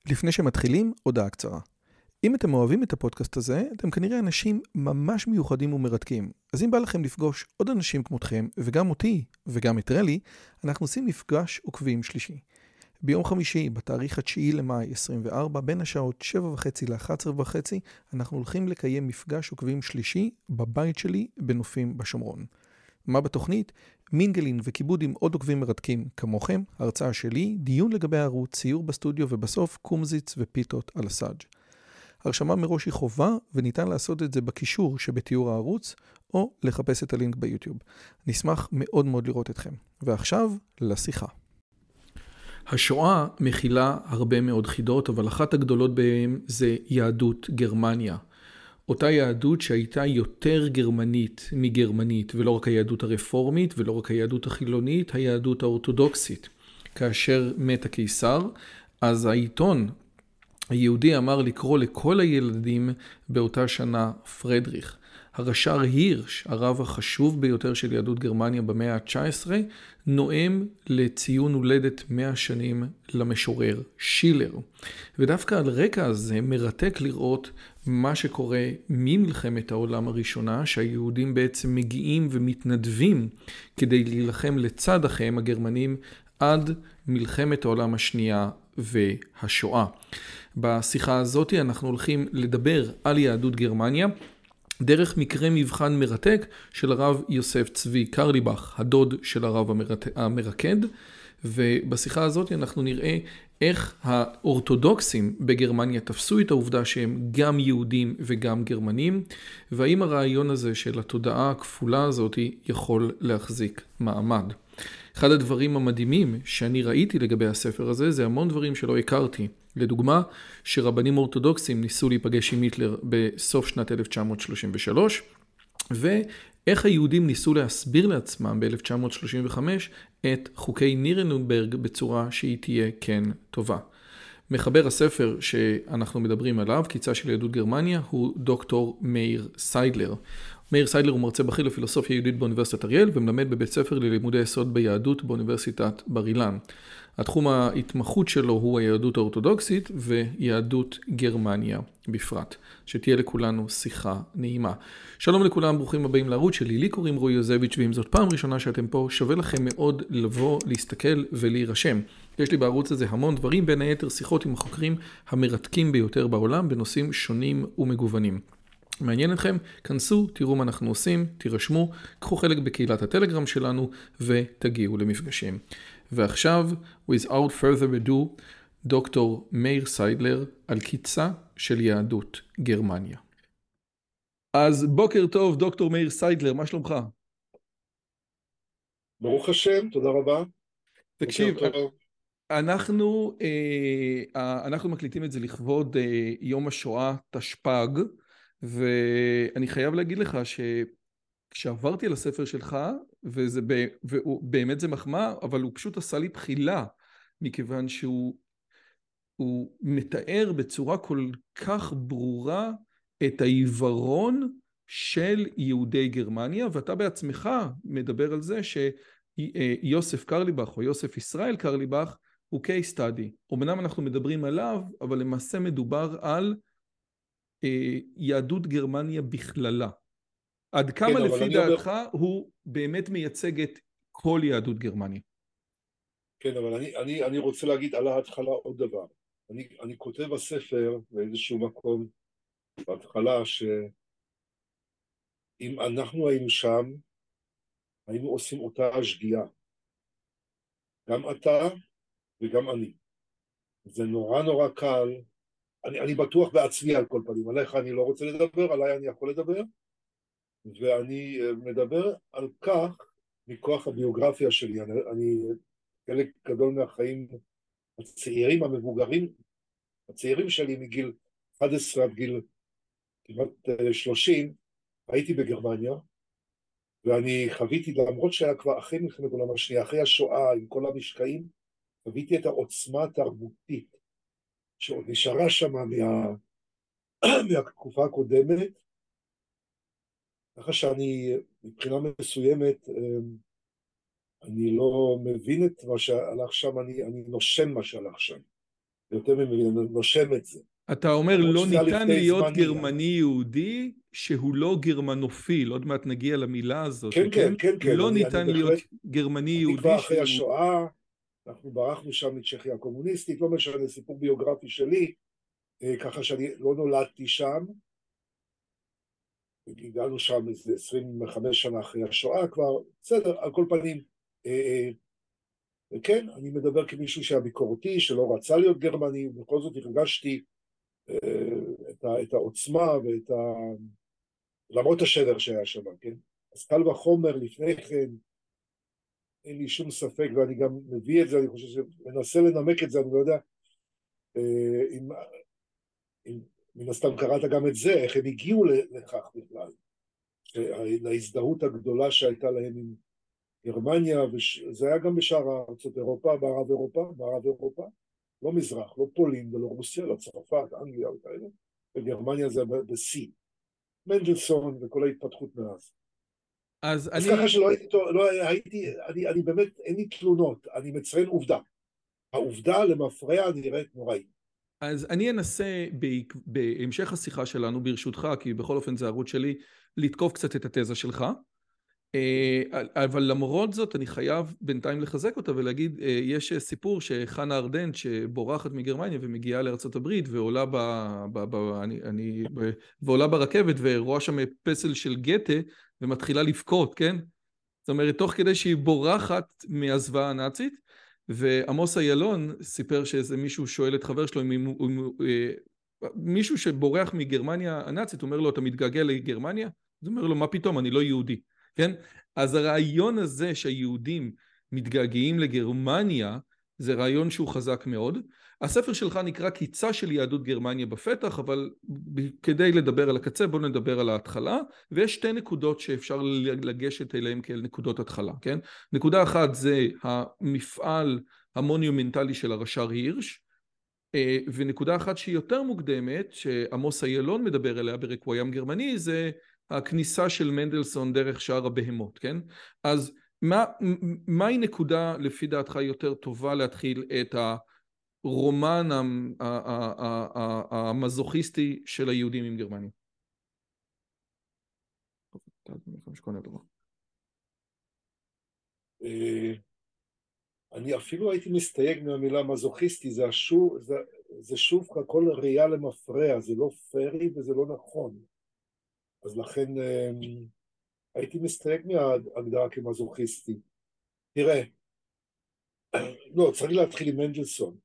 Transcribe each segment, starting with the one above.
לפני שמתחילים, הודעה קצרה. אם אתם אוהבים את הפודקאסט הזה, אתם כנראה אנשים ממש מיוחדים ומרתקים. אז אם בא לכם לפגוש עוד אנשים כמותכם, וגם אותי, וגם את רלי, אנחנו עושים מפגש עוקבים שלישי. ביום חמישי, בתאריך 9 למאי 24, בין השעות 7:30 ל-11:30, אנחנו הולכים לקיים מפגש עוקבים שלישי בבית שלי בנופים בשומרון. מה בתוכנית? מינגלין וכיבוד עם עוד עוקבים מרתקים כמוכם, הרצאה שלי, דיון לגבי הערוץ, ציור בסטודיו ובסוף קומזיץ ופיתות על הסאג'. הרשמה מראש היא חובה וניתן לעשות את זה בקישור שבתיאור הערוץ או לחפש את הלינק ביוטיוב. נשמח מאוד מאוד לראות אתכם. ועכשיו לשיחה. השואה מכילה הרבה מאוד חידות, אבל אחת הגדולות בהם זה יהדות גרמניה. אותה יהדות שהייתה יותר גרמנית מגרמנית, ולא רק היהדות הרפורמית ולא רק היהדות החילונית, היהדות האורתודוקסית. כאשר מת הקיסר, אז העיתון היהודי אמר לקרוא לכל הילדים באותה שנה פרדריך. הרש"ר הירש, הרב החשוב ביותר של יהדות גרמניה במאה ה-19, נואם לציון הולדת 100 שנים למשורר שילר. ודווקא על רקע הזה מרתק לראות מה שקורה ממלחמת העולם הראשונה, שהיהודים בעצם מגיעים ומתנדבים כדי להילחם לצד אחיהם הגרמנים עד מלחמת העולם השנייה והשואה. בשיחה הזאת אנחנו הולכים לדבר על יהדות גרמניה, דרך מקרה מבחן מרתק של הרב יוסף צבי קרליבך, הדוד של הרב המרקד, ובשיחה הזאת אנחנו נראה איך האורתודוקסים בגרמניה תפסו את העובדה שהם גם יהודים וגם גרמנים, והאם הרעיון הזה של התודעה הכפולה הזאת יכול להחזיק מעמד. אחד הדברים המדהימים שאני ראיתי לגבי הספר הזה, זה המון דברים שלא הכרתי. לדוגמה, שרבנים אורתודוקסים ניסו להיפגש עם היטלר בסוף שנת 1933, ואיך היהודים ניסו להסביר לעצמם ב-1935 את חוקי נירנברג בצורה שהיא תהיה כן טובה. מחבר הספר שאנחנו מדברים עליו, קיצה של יהדות גרמניה, הוא דוקטור מאיר סיידלר. מאיר סיידלר הוא מרצה בכיר לפילוסופיה יהודית באוניברסיטת אריאל, ומלמד בבית ספר ללימודי יסוד ביהדות באוניברסיטת בר אילן. התחום ההתמחות שלו הוא היהדות האורתודוקסית ויהדות גרמניה בפרט. שתהיה לכולנו שיחה נעימה. שלום לכולם, ברוכים הבאים לערוץ שלי. לי קוראים רועי יוזביץ', ואם זאת פעם ראשונה שאתם פה, שווה לכם מאוד לבוא, להסתכל ולהירשם. יש לי בערוץ הזה המון דברים, בין היתר שיחות עם החוקרים המרתקים ביותר בעולם בנושאים שונים ומגוונים. מעניין אתכם? כנסו, תראו מה אנחנו עושים, תירשמו, קחו חלק בקהילת הטלגרם שלנו ותגיעו למפגשים. ועכשיו, without further ado, דוקטור מאיר סיידלר על קיצה של יהדות גרמניה. אז בוקר טוב, דוקטור מאיר סיידלר, מה שלומך? ברוך השם, תודה רבה. תקשיב, אנחנו מקליטים את זה לכבוד יום השואה תשפ"ג, ואני חייב להגיד לך שכשעברתי על הספר שלך, ובאמת זה מחמאה, אבל הוא פשוט עשה לי בחילה, מכיוון שהוא מתאר בצורה כל כך ברורה את העיוורון של יהודי גרמניה, ואתה בעצמך מדבר על זה שיוסף קרליבך או יוסף ישראל קרליבך הוא case study. אמנם אנחנו מדברים עליו, אבל למעשה מדובר על יהדות גרמניה בכללה. עד כמה לפי דעתך הוא באמת מייצג את כל יהדות גרמניה? כן, אבל אני רוצה להגיד על ההתחלה עוד דבר. אני כותב בספר באיזשהו מקום בהתחלה שאם אנחנו היינו שם, היינו עושים אותה השגיאה. גם אתה וגם אני. זה נורא נורא קל. אני בטוח בעצמי על כל פנים. עליך אני לא רוצה לדבר, עליי אני יכול לדבר. ואני מדבר על כך מכוח הביוגרפיה שלי. אני חלק גדול מהחיים הצעירים, המבוגרים, הצעירים שלי מגיל 11 עד גיל כמעט 30, הייתי בגרמניה, ואני חוויתי, למרות שהיה כבר אחרי מלחמת העולם השנייה, אחרי השואה עם כל המשקעים, חוויתי את העוצמה התרבותית, שעוד נשארה שם מהתקופה הקודמת, ככה שאני מבחינה מסוימת, אני לא מבין את מה שהלך שם, אני נושם מה שהלך שם. יותר נושם את זה. אתה אומר למרות לא שזה היה ניתן לפני להיות זמני. גרמני יהודי שהוא לא גרמנופיל, עוד מעט נגיע למילה הזאת, כן, כן? כן, כן, כן, לא אני ניתן להיות בהחלט, גרמני אני כבר יהודי אחרי שהוא... השואה, אנחנו ברחנו שם מצ'כיה הקומוניסטית, לא משנה, סיפור ביוגרפי שלי, ככה שאני לא נולדתי שם, הגענו שם איזה 25 שנה אחרי השואה כבר, בסדר, על כל פנים, כן, אני מדבר כמישהו שהיה ביקורתי, שלא רצה להיות גרמני, ובכל זאת הרגשתי את העוצמה ואת ה... למרות השבר שהיה שם, כן? אז קל וחומר לפני כן, אין לי שום ספק, ואני גם מביא את זה, אני חושב שמנסה לנמק את זה, אני לא יודע אם מן הסתם קראת גם את זה, איך הם הגיעו לכך בכלל, להזדהות הגדולה שהייתה להם עם גרמניה, וזה היה גם בשאר ארצות אירופה, מערב אירופה, לא מזרח, לא פולין ולא רוסיה, לא צרפת, אנגליה וכאלה, וגרמניה זה בשיא, מנדלסון וכל ההתפתחות מאז. אז אז ככה אני... שלא הייתי, לא הייתי, אני באמת, אין לי תלונות, אני מציין עובדה. העובדה למפרע נראית נוראי. אז אני אנסה בהמשך השיחה שלנו, ברשותך, כי בכל אופן זה הערוץ שלי, לתקוף קצת את התזה שלך. אבל למרות זאת אני חייב בינתיים לחזק אותה ולהגיד, יש סיפור שחנה ארדנט שבורחת מגרמניה ומגיעה לארצות הברית ועולה ברכבת ורואה שם פסל של גתה ומתחילה לבכות, כן? זאת אומרת, תוך כדי שהיא בורחת מהזוועה הנאצית, ועמוס איילון סיפר שאיזה מישהו שואל את חבר שלו, מישהו שבורח מגרמניה הנאצית, אומר לו, אתה מתגעגע לגרמניה? אז הוא אומר לו, מה פתאום, אני לא יהודי, כן? אז הרעיון הזה שהיהודים מתגעגעים לגרמניה, זה רעיון שהוא חזק מאוד. הספר שלך נקרא קיצה של יהדות גרמניה בפתח, אבל כדי לדבר על הקצה, בואו נדבר על ההתחלה, ויש שתי נקודות שאפשר לגשת אליהן כאל נקודות התחלה, כן? נקודה אחת זה המפעל המונומנטלי של הרש"ר הירש, ונקודה אחת שהיא יותר מוקדמת, שעמוס איילון מדבר עליה ברקוויאם גרמני, זה הכניסה של מנדלסון דרך שער הבהמות, כן? אז מהי נקודה לפי דעתך יותר טובה להתחיל את הרומן המזוכיסטי של היהודים עם גרמניה? אני אפילו הייתי מסתייג מהמילה מזוכיסטי, זה שוב הכל ראייה למפרע, זה לא פרי וזה לא נכון. אז לכן הייתי מסתייג מההגדרה כמזוכיסטי. תראה, לא, צריך להתחיל עם מנדלסון.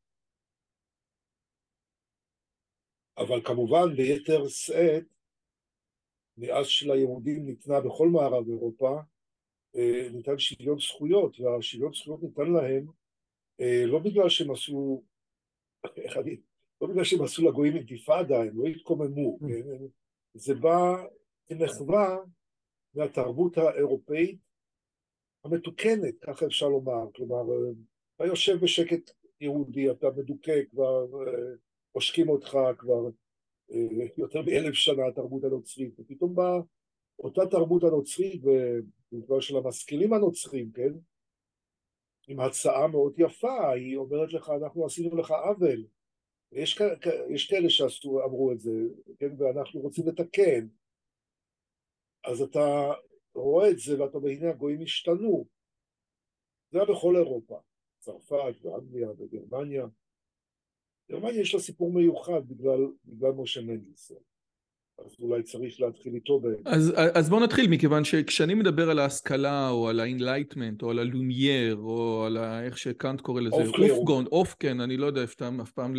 אבל כמובן ביתר שאת, מאז שליהודים ניתנה בכל מערב אירופה, ניתן שוויון זכויות, והשוויון זכויות ניתן להם לא בגלל שהם עשו, לא בגלל שהם עשו לגויים אינתיפאדה, הם לא התקוממו, כן? זה בא כמחווה מהתרבות האירופאית המתוקנת, ככה אפשר לומר, כלומר, אתה יושב בשקט יהודי, אתה מדוכא כבר, עושקים אותך כבר יותר מ1,000 שנה התרבות הנוצרית, ופתאום באה אותה תרבות הנוצרית, וכבר של המשכילים הנוצרים, כן? עם הצעה מאוד יפה, היא אומרת לך, אנחנו עשינו לך עוול, יש כאלה שאמרו את זה, כן? ואנחנו רוצים לתקן, אז אתה רואה את זה ואתה אומר, הנה הגויים השתנו, זה היה בכל אירופה, צרפת ואנגליה וגרמניה. גרמניה יש לה סיפור מיוחד בגלל משה מנדלסון. אז אולי צריך להתחיל איתו אז בואו נתחיל, מכיוון שכשאני מדבר על ההשכלה, או על ה-Enlightenment, או על הלומייר, או על איך שקאנט קורא לזה, אופגון, אופקן, אני לא יודע אף פעם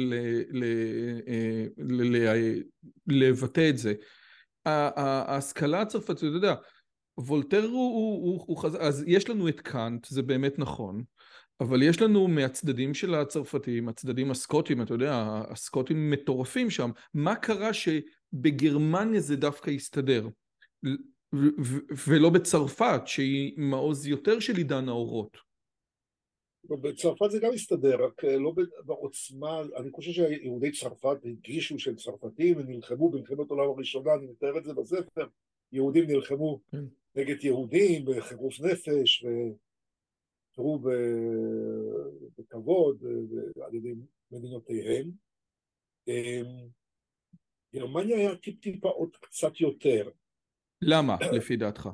לבטא את זה. ההשכלה הצרפתית, אתה יודע, וולטר הוא חזק, אז יש לנו את קאנט, זה באמת נכון, אבל יש לנו מהצדדים של הצרפתים, הצדדים הסקוטים, אתה יודע, הסקוטים מטורפים שם, מה קרה שבגרמניה זה דווקא יסתדר, ולא בצרפת, שהיא מעוז יותר של עידן האורות? בצרפת זה גם הסתדר, רק לא בעוצמה, אני חושב שיהודי צרפת הרגישו שהם צרפתים ונלחמו במלחמת העולם הראשונה, אני מתאר את זה בספר, יהודים נלחמו נגד יהודים בחירוף נפש, וקראו בכבוד על ידי מדינותיהם. גרמניה היה טיפ-טיפה עוד קצת יותר. למה, לפי דעתך?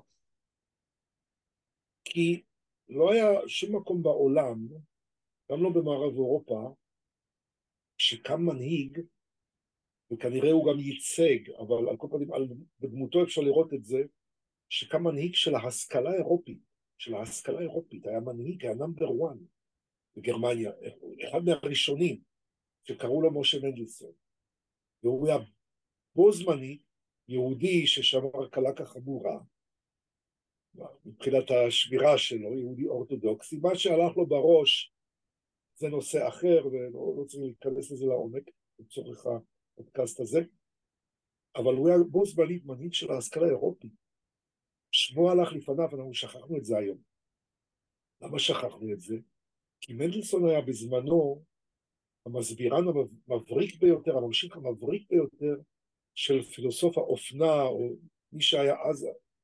כי לא היה שום מקום בעולם, גם לא במערב אירופה, שקם מנהיג, וכנראה הוא גם ייצג, אבל על כל פנים, בדמותו אפשר לראות את זה, שקם מנהיג של ההשכלה האירופית, היה מנהיג, היה נאמבר 1 בגרמניה, אחד מהראשונים, שקראו לו משה מנדלסון, והוא היה בו זמנית, יהודי ששמר קלה חמורה, מבחינת השמירה שלו, יהודי אורתודוקסי, מה שהלך לו בראש זה נושא אחר, ולא צריך להיכנס לזה לעומק, לצורך הפודקאסט הזה, אבל הוא היה בו זמנית מנהיג של ההשכלה האירופית, שמו הלך לפניו, אנחנו שכחנו את זה היום. למה שכחנו את זה? כי מנדלסון היה בזמנו המסבירן המבריק ביותר, הממשיך המבריק ביותר של פילוסוף האופנה, או מי שהיה אז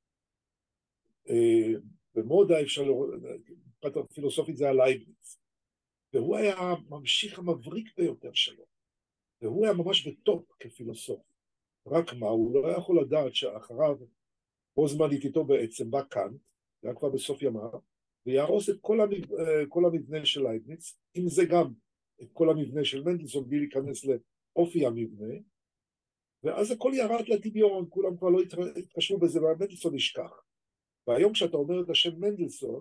במודה, אפשר לראות, פילוסופית זה היה לייבניץ, והוא היה הממשיך המבריק ביותר שלו, והוא היה ממש בטופ כפילוסוף. רק מה, הוא לא יכול לדעת שאחריו, בו זמנית איתו בעצם בא קאנט, זה היה כבר בסוף ימיו, ויהרוס את כל המבנה של לייבניץ, אם זה גם את כל המבנה של מנדלסון, בלי להיכנס לאופי המבנה, ואז הכל ירד לטמיון, כולם כבר לא התקשרו בזה, ומנדלסון נשכח. והיום כשאתה אומר את השם מנדלסון,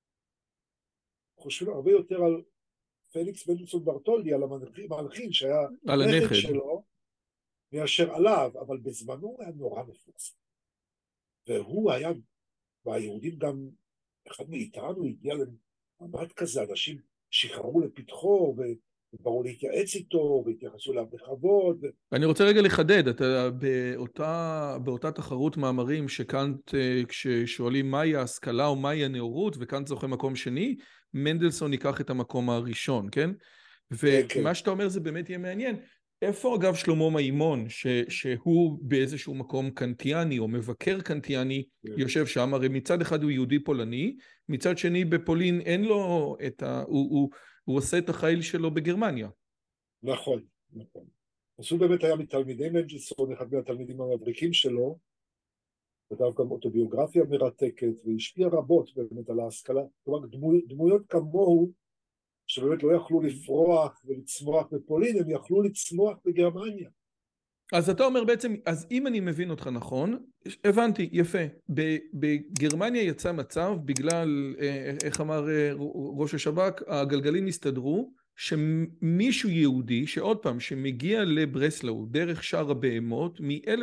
חושבים הרבה יותר על פליקס מנדלסון ברטולדי, על המלחין שהיה נכד שלו, מאשר עליו, אבל בזמנו הוא היה נורא נפוץ. והוא היה, והיהודים גם, אחד מאיתנו הגיע למעמד כזה, אנשים שחררו לפתחו, ובאו להתייעץ איתו, והתייחסו אליו בכבוד. אני רוצה רגע לחדד, אתה באותה תחרות מאמרים שקאנט, כששואלים מהי ההשכלה או מהי הנאורות, וקאנט זוכה מקום שני, מנדלסון ייקח את המקום הראשון, כן? ומה שאתה אומר זה באמת יהיה מעניין. איפה אגב שלמה מימון, שהוא באיזשהו מקום קנטיאני או מבקר קנטיאני, יושב שם, הרי מצד אחד הוא יהודי פולני, מצד שני בפולין אין לו את הוא עושה את החיל שלו בגרמניה. נכון, נכון. אז הוא באמת היה מתלמידי מנדלסון, אחד מהתלמידים המבריקים שלו, כתב גם אוטוביוגרפיה מרתקת, והשפיע רבות באמת על ההשכלה. כלומר, דמויות כמוהו, שבאמת לא יכלו לפרוח ולצמוח בפולין, הם יכלו לצמוח בגרמניה. אז אתה אומר בעצם, אז אם אני מבין אותך נכון, הבנתי, יפה, בגרמניה יצא מצב, בגלל, איך אמר ראש השב"כ, הגלגלים הסתדרו, שמישהו יהודי, שעוד פעם, שמגיע לברסלאו, דרך שער הבהמות,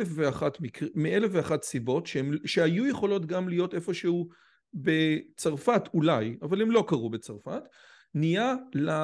מאלף ואחת סיבות, שהיו יכולות גם להיות איפשהו בצרפת, אולי, אבל הם לא קרו בצרפת, נהיה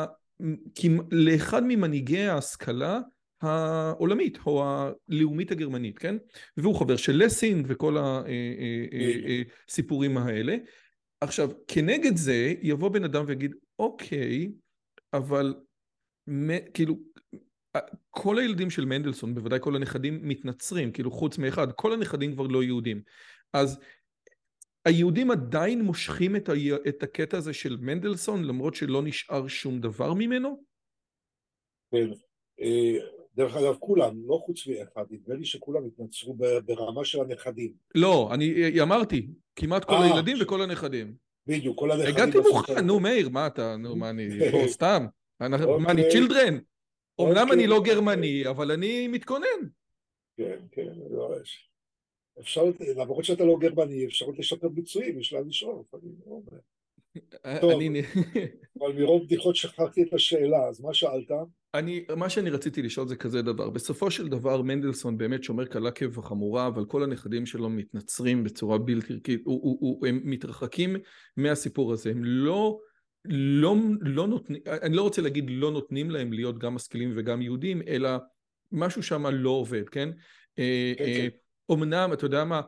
לאחד ממנהיגי ההשכלה העולמית, או הלאומית הגרמנית, כן? והוא חבר של לסינג וכל הסיפורים האלה. עכשיו, כנגד זה יבוא בן אדם ויגיד, אוקיי, אבל כאילו, כל הילדים של מנדלסון, בוודאי כל הנכדים מתנצרים, כאילו חוץ מאחד, כל הנכדים כבר לא יהודים. אז היהודים עדיין מושכים את הקטע הזה של מנדלסון, למרות שלא נשאר שום דבר ממנו? כן. דרך אגב, כולם, לא חוץ מאחד, נדמה לי שכולם התנצרו ברמה של הנכדים. לא, אני אמרתי, כמעט כל הילדים וכל הנכדים. בדיוק, כל הנכדים. הגעתי מוכן, נו מאיר, מה אתה, נו מה אני, בוא סתם, מה אני צ'ילדרן? אומנם אני לא גרמני, אבל אני מתכונן. כן, כן, אפשר, למרות שאתה לא גרמני, אפשר לשפר ביצועים, יש לה לשאוף, אני לא אומר. טוב, אבל מרוב בדיחות שכחתי את השאלה, אז מה שאלת? מה שאני רציתי לשאול זה כזה דבר, בסופו של דבר מנדלסון באמת שומר קלה כבחמורה, אבל כל הנכדים שלו מתנצרים בצורה בלתי ערכית, הם מתרחקים מהסיפור הזה, הם לא נותנים, אני לא רוצה להגיד לא נותנים להם להיות גם משכילים וגם יהודים, אלא משהו שם לא עובד, כן? אמנם, אתה יודע מה,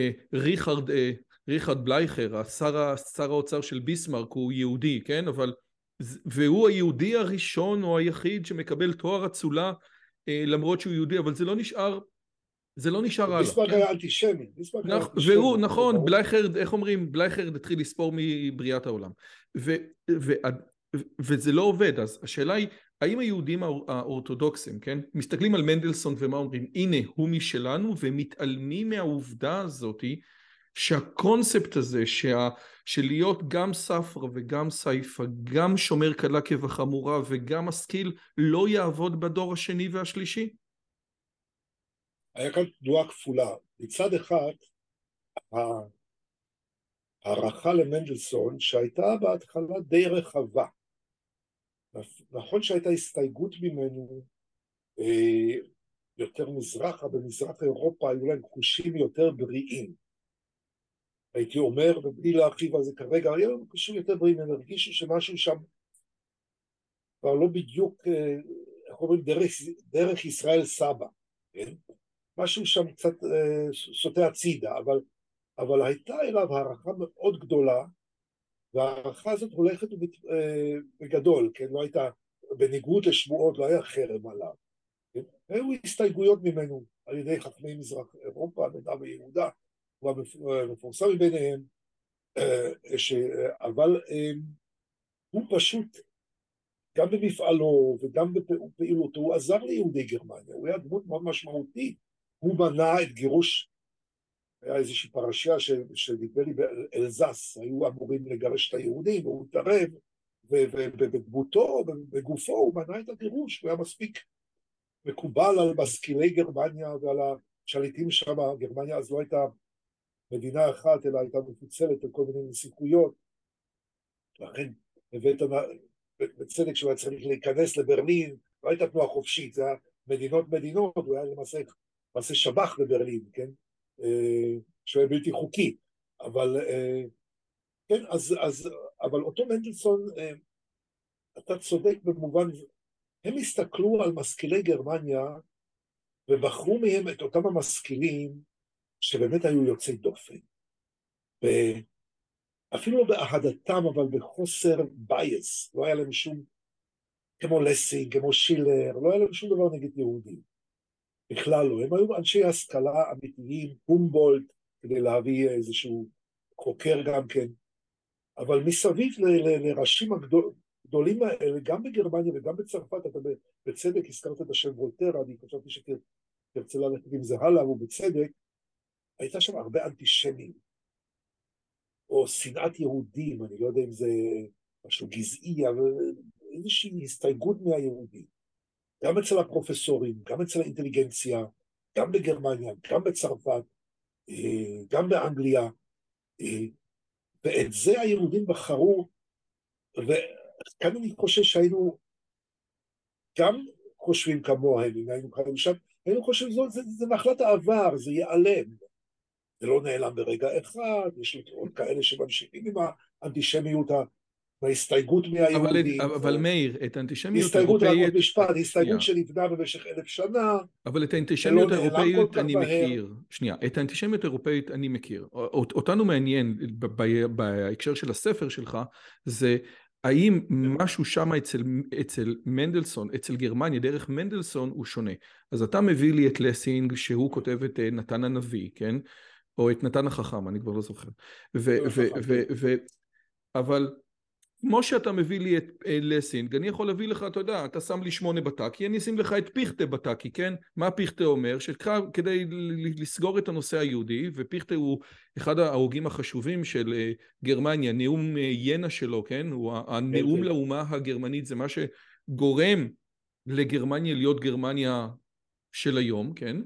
ריכרד בלייכר, שר האוצר של ביסמרק, הוא יהודי, כן? והוא היהודי הראשון או היחיד שמקבל תואר אצולה, למרות שהוא יהודי, אבל זה לא נשאר הלאה. ביסמרק היה אנטישמי. והוא, נכון, בלייכרד, איך אומרים? בלייכרד התחיל לספור מבריאת העולם. וזה לא עובד, אז השאלה היא, האם היהודים האורתודוקסים, כן, מסתכלים על מנדלסון ומה אומרים, הנה הוא משלנו, ומתעלמים מהעובדה הזאת שהקונספט הזה של להיות גם ספרא וגם סייפא, גם שומר קלה כבחמורה וגם משכיל, לא יעבוד בדור השני והשלישי? היה כאן תנועה כפולה. מצד אחד, הערכה למנדלסון, שהייתה בהתחלה די רחבה. נכון שהייתה הסתייגות ממנו, יותר מזרחה, במזרח אירופה היו להם חושים יותר בריאים. הייתי אומר, ובלי להרחיב על זה כרגע, היו להם חושים יותר בריאים, הם הרגישו שמשהו שם כבר לא בדיוק, איך אומרים, דרך ישראל סבא, כן? משהו שם קצת סוטה הצידה, אבל הייתה אליו הערכה מאוד גדולה, והערכה הזאת הולכת בגדול, כן? לא הייתה, בניגוד לשבועות, לא היה חרם עליו. כן? היו הסתייגויות ממנו על ידי חכמי מזרח אירופה, נדב ויהודה, הוא המפורסם מביניהם, אבל הוא פשוט, גם במפעלו וגם בפעילותו, הוא עזר ליהודי גרמניה, הוא היה דמות מאוד משמעותית, הוא מנע את גירוש, היה איזושהי פרשיה שנדמה לי באלזס, היו אמורים לגרש את היהודים, והוא התערב, ובדמותו, בגופו, הוא מנע את הגירוש, הוא היה מספיק מקובל על משכילי גרמניה ועל השליטים שם. גרמניה אז לא הייתה מדינה אחת, אלא הייתה מפוצלת על כל מיני נסיכויות, לכן הבאת בצדק שהוא היה צריך להיכנס לברלין, לא הייתה תנועה חופשית, זה היה מדינות, הוא היה למעשה שב"ח בברלין, כן? שהוא היה בלתי חוקי, אבל כן, אבל אותו מנדלסון, אתה צודק במובן, הם הסתכלו על משכילי גרמניה, ובחרו מהם את אותם המשכילים, שבאמת היו יוצאי דופן, אפילו לא באהדתם, אבל בחוסר בייס, לא היה להם שום, כמו לסינג, כמו שילר, לא היה להם שום דבר נגד יהודים, בכלל לא, הם היו אנשי השכלה אמיתיים, הומבולט, כדי להביא איזשהו חוקר גם כן, אבל מסביב לראשים הגדולים האלה, גם בגרמניה וגם בצרפת, אתה בצדק הזכרת את השם וולטר, אני חשבתי שתרצה ללכת עם זה הלאה, ובצדק, הייתה שם הרבה אנטישמים, או שנאת יהודים, אני לא יודע אם זה משהו גזעי, אבל איזושהי הסתייגות מהיהודים, גם אצל הפרופסורים, גם אצל האינטליגנציה, גם בגרמניה, גם בצרפת, גם באנגליה, ואת זה היהודים בחרו, וכאן אני חושב שהיינו גם חושבים כמוהם, אם היינו חיים שם, היינו חושבים זה נחלת העבר, זה ייעלם, זה לא נעלם ברגע אחד, יש עוד כאלה שממשיכים עם האנטישמיות, ההסתייגות מהיהודים, אבל מאיר, את האנטישמיות הסתייגות, רק עוד האירופאית, משפט, הסתייגות שנייה, שנבנה במשך 1000 שנה, אבל את זה לא האנטישמיות נעלם כל האירופאית כך אני מהר. מכיר. שנייה, את האנטישמיות האירופאית אני מכיר. אותנו מעניין בהקשר של הספר שלך, זה האם משהו שם אצל מנדלסון, אצל גרמניה, דרך מנדלסון הוא שונה. אז אתה מביא לי את לסינג שהוא כותב את נתן הנביא, כן? או את נתן החכם, אני כבר לא זוכר. אבל כמו שאתה מביא לי את לסינג, אני יכול להביא לך, אתה יודע, אתה שם לי 8 בטקי, אני אשים לך את פיכטה בטקי, כן? מה פיכטה אומר? שכדי לסגור את הנושא היהודי, ופיכטה הוא אחד ההוגים החשובים של גרמניה, נאום ינה שלו, כן? הוא הנאום לאומה הגרמנית, זה מה שגורם לגרמניה להיות גרמניה של היום, כן?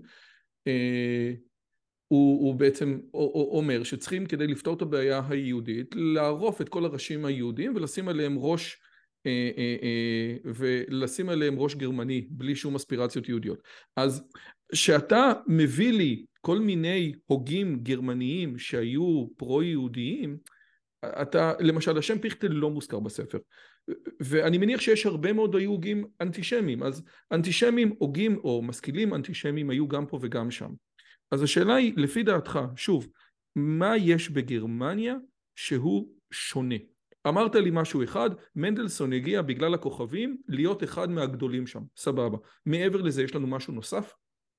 הוא בעצם אומר שצריכים כדי לפתור את הבעיה היהודית לערוף את כל הראשים היהודים ולשים עליהם ראש גרמני בלי שום אספירציות יהודיות. אז שאתה מביא לי כל מיני הוגים גרמניים שהיו פרו-יהודיים, אתה, למשל, השם פיכטל לא מוזכר בספר, ואני מניח שיש הרבה מאוד היו הוגים אנטישמים, אז אנטישמים, הוגים או משכילים אנטישמים היו גם פה וגם שם. אז השאלה היא, לפי דעתך, שוב, מה יש בגרמניה שהוא שונה? אמרת לי משהו אחד, מנדלסון הגיע בגלל הכוכבים להיות אחד מהגדולים שם, סבבה. מעבר לזה יש לנו משהו נוסף?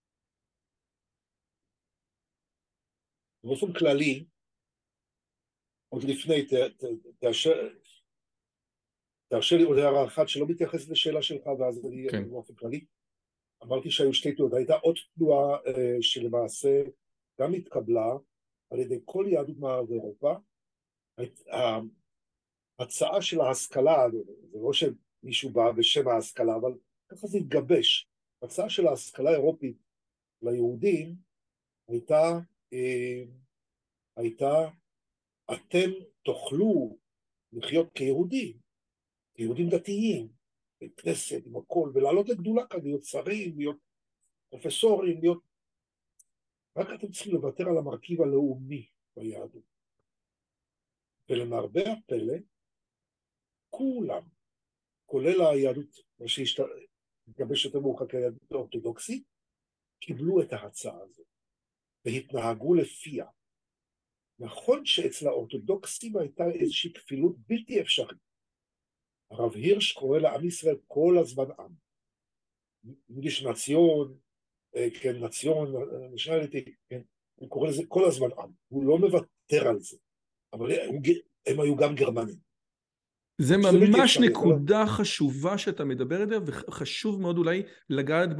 באופן כללי, עוד לפני, תאשר, תרשה לי עוד הערה אחת שלא מתייחסת לשאלה שלך, ואז אני כן. באופן כללי. אמרתי שהיו שתי תנועות, הייתה עוד תנועה שלמעשה גם התקבלה על ידי כל יהדות מערב אירופה. ההצעה של ההשכלה, זה לא שמישהו בא בשם ההשכלה, אבל ככה זה התגבש. ההצעה של ההשכלה האירופית ליהודים הייתה, אתם תוכלו לחיות כיהודים דתיים, בכנסת, עם הכל, ולעלות לגדולה כאן, להיות שרים, להיות פרופסורים, רק אתם צריכים לוותר על המרכיב הלאומי ביהדות. ולמרבה הפלא, כולם, כולל היהדות, מה שהתגבש יותר מאוחר כיהדות האורתודוקסית, קיבלו את ההצעה הזאת, והתנהגו לפיה. נכון שאצל האורתודוקסים הייתה איזושהי כפילות בלתי אפשרית. הרב הירש קורא לעם ישראל כל הזמן עם. יש נציון, כן, נציון, נשאלתי, כן, הוא קורא לזה כל הזמן עם. הוא לא מוותר על זה, אבל הם היו גם גרמנים. זה ממש נקודה חשובה שאתה מדבר עליה, וחשוב מאוד אולי לגעת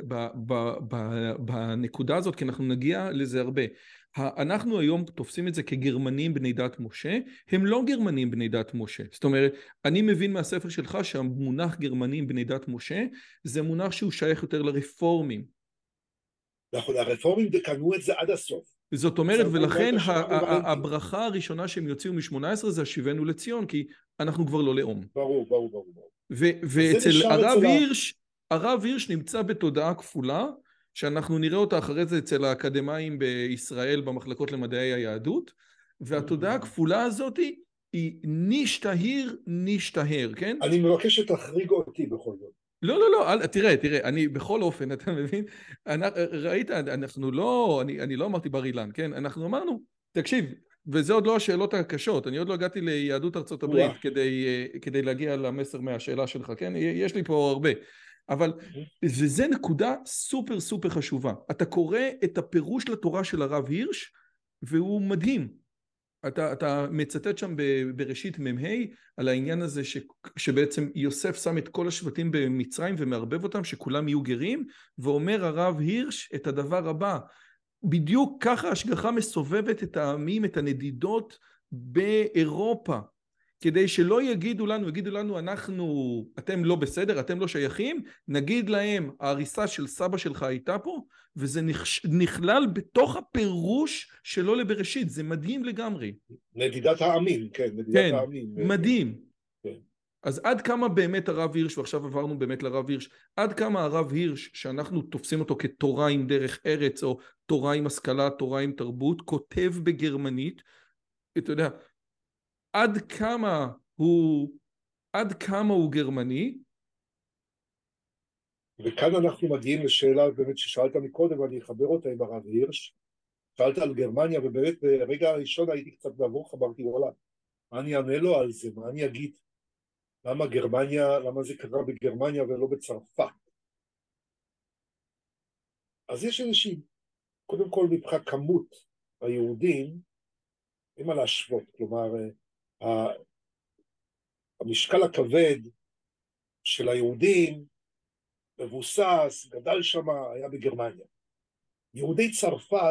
בנקודה הזאת, כי אנחנו נגיע לזה הרבה. אנחנו היום תופסים את זה כגרמנים בני דת משה, הם לא גרמנים בני דת משה. זאת אומרת, אני מבין מהספר שלך שהמונח גרמנים בני דת משה, זה מונח שהוא שייך יותר לרפורמים. נכון, הרפורמים קנו את זה עד הסוף. זאת אומרת, ולכן הברכה הראשונה שהם יוציאו מ-18 זה השיבנו לציון, כי אנחנו כבר לא לאום. ברור. ואצל הרב הירש נמצא בתודעה כפולה, שאנחנו נראה אותה אחרי זה אצל האקדמאים בישראל במחלקות למדעי היהדות, והתודעה הכפולה הזאת היא נשתהר, כן? אני מבקש שתחריג אותי בכל זאת. לא, תראה, אני בכל אופן, אתה מבין? ראית, אני לא אמרתי בר אילן, כן? אנחנו אמרנו, תקשיב, וזה עוד לא השאלות הקשות, אני עוד לא הגעתי ליהדות ארצות הברית כדי להגיע למסר מהשאלה שלך, כן? יש לי פה הרבה, אבל וזה נקודה סופר סופר חשובה. אתה קורא את הפירוש לתורה של הרב הירש, והוא מדהים. אתה מצטט שם בראשית ממהי על העניין הזה שבעצם יוסף שם את כל השבטים במצרים ומערבב אותם שכולם יהיו גרים, ואומר הרב הירש את הדבר הבא, בדיוק ככה השגחה מסובבת את העמים, את הנדידות באירופה, כדי שלא יגידו לנו אתם לא בסדר, אתם לא שייכים, נגיד להם ההריסה של סבא שלך הייתה פה, וזה נכלל בתוך הפירוש שלו לבראשית, זה מדהים לגמרי. נדידת העמים, כן, נדידת העמים. מדהים. אז עד כמה באמת הרב הירש, ועכשיו עברנו באמת לרב הירש, עד כמה הרב הירש, שאנחנו תופסים אותו כתורה עם דרך ארץ, או תורה עם השכלה, תורה עם תרבות, כותב בגרמנית, אתה יודע, עד כמה הוא גרמני? וכאן אנחנו מגיעים לשאלה באמת ששאלת מקודם, ואני אחבר אותה עם הרב הירש. שאלת על גרמניה, ובאמת ברגע הראשון הייתי קצת נבוך, אמרתי, וואלה, מה אני אענה לו על זה? מה אני אגיד? למה זה קרה בגרמניה ולא בצרפת? אז יש איזושהי, קודם כל מבחינת כמות היהודים, אין מה להשוות, כלומר, המשקל הכבד של היהודים מבוסס, גדל שמה, היה בגרמניה. יהודי צרפת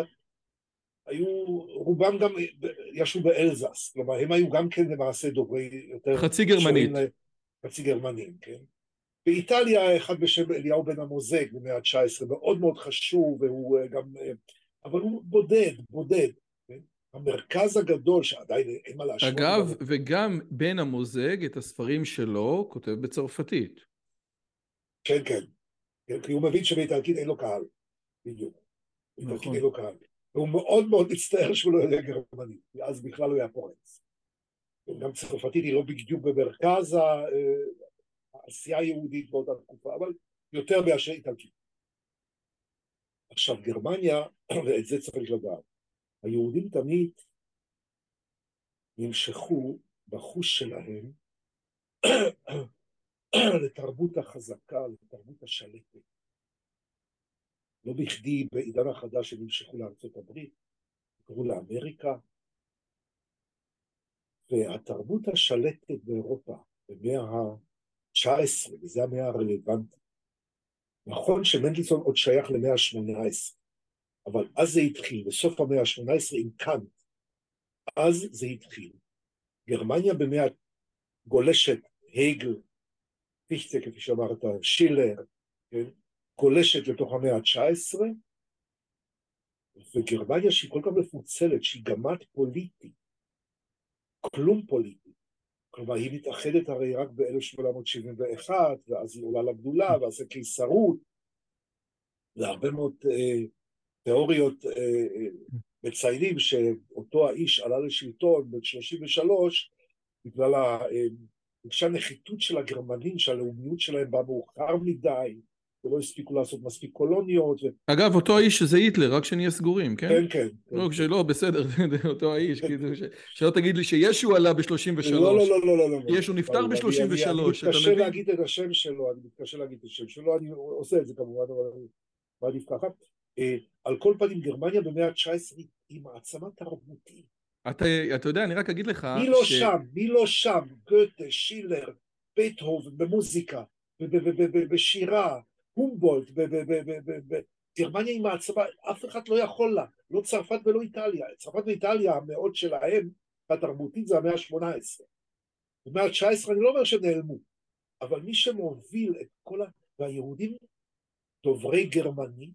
רובם גם ישבו באלזס, כלומר הם היו גם כן למעשה דוברי יותר... חצי גרמנית. חצי גרמנים, כן. באיטליה אחד בשם אליהו בן המוזג במאה ה-19, מאוד מאוד חשוב, והוא גם... אבל הוא בודד. כן? המרכז הגדול שעדיין אין מה להשוות. אגב, וגם בן המוזג את הספרים שלו כותב בצרפתית. כן. כי הוא מבין שבאיטלקית אין לו קהל. בדיוק. באיטלקית אין לו קהל. והוא מאוד מאוד מצטער שהוא לא יודע גרמנית, אז בכלל הוא היה פורץ. גם צרפתית היא לא בדיוק במרכז העשייה היהודית באותה תקופה, אבל יותר מאשר איטלקית. עכשיו גרמניה, ואת זה צריך לדעת, היהודים תמיד נמשכו בחוש שלהם לתרבות החזקה, לתרבות השלטת. לא בכדי בעידן החדש הם נמשכו לארצות הברית, קראו לאמריקה, והתרבות השלטת באירופה במאה ה-19, וזה המאה הרלוונטית. נכון שמנדלסון עוד שייך למאה ה-18, אבל אז זה התחיל, בסוף המאה ה-18 עם קאנט, אז זה התחיל. גרמניה במאה גולשת, הגל, פיכטה, כפי שאמרת, שילר, כן? גולשת לתוך המאה ה-19, וגרמניה שהיא כל כך מפוצלת, שהיא גמד פוליטי, כלום פוליטי. כלומר, היא מתאחדת הרי רק ב-1871, ואז היא עולה לגדולה, ואז זה קיסרות, והרבה מאוד תיאוריות מציינים שאותו האיש עלה לשלטון בין 33, בגלל רגשי הנחיתות של הגרמנים, שהלאומיות שלהם באה מאוחר מדי, ולא הספיקו לעשות מספיק קולוניות. אגב, אותו האיש זה היטלר, רק שנהיה סגורים, כן? כן, כן. לא, כשלא, בסדר, זה אותו האיש, שלא תגיד לי שישו עלה ב-33. לא, לא, לא, לא, לא, לא. ישו נפטר ב-33, אני אתה מתקשה מבין? להגיד את השם שלו, אני עושה את זה כמובן, אבל אני מעדיף ככה. על כל פנים, גרמניה במאה ה-19 היא מעצמה תרבותית. אתה יודע, אני רק אגיד לך מי לא שם? מי לא שם? גוטה, שילר, בייטהובן, במוזיקה, בשירה, הומבולט, גרמניה היא מעצמה, אף אחד לא יכול לה, לא צרפת ולא איטליה. צרפת ואיטליה, המאות שלהם, התרבותית זה המאה ה-18. במאה ה-19 אני לא אומר שנעלמו, אבל מי שמוביל את כל והיהודים דוברי גרמנית,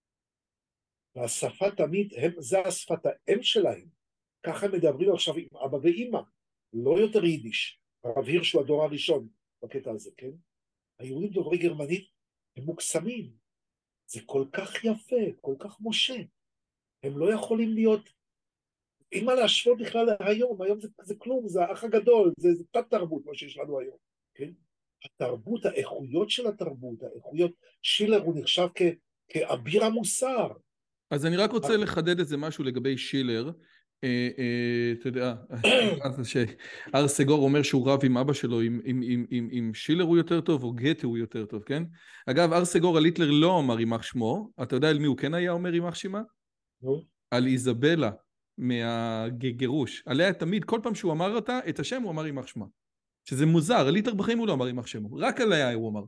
והשפה תמיד, זה השפת האם שלהם. ככה מדברים עכשיו עם אבא ואמא, לא יותר יידיש. הרב הירש הוא הדור הראשון בקטע הזה, כן? היהודים דוברי גרמנית הם מוקסמים. זה כל כך יפה, כל כך משה. הם לא יכולים להיות, אין מה להשוות בכלל היום, היום זה כלום, זה האח הגדול, זה תת תרבות מה שיש לנו היום, כן? התרבות, האיכויות של התרבות, האיכויות, שילר הוא נחשב כאביר המוסר. אז אני רק רוצה לחדד איזה משהו לגבי שילר. אתה יודע, שארסגור אומר שהוא רב עם אבא שלו, אם שילר הוא יותר טוב או גתה הוא יותר טוב, כן? אגב, ארסגור על היטלר לא אמר יימח שמו, אתה יודע על מי הוא כן היה אומר יימח שמה? על איזבלה מהגירוש. עליה תמיד, כל פעם שהוא אמר אותה, את השם הוא אמר יימח שמה. שזה מוזר, על היטלר בחיים הוא לא אמר יימח שמו, רק עליה הוא אמר.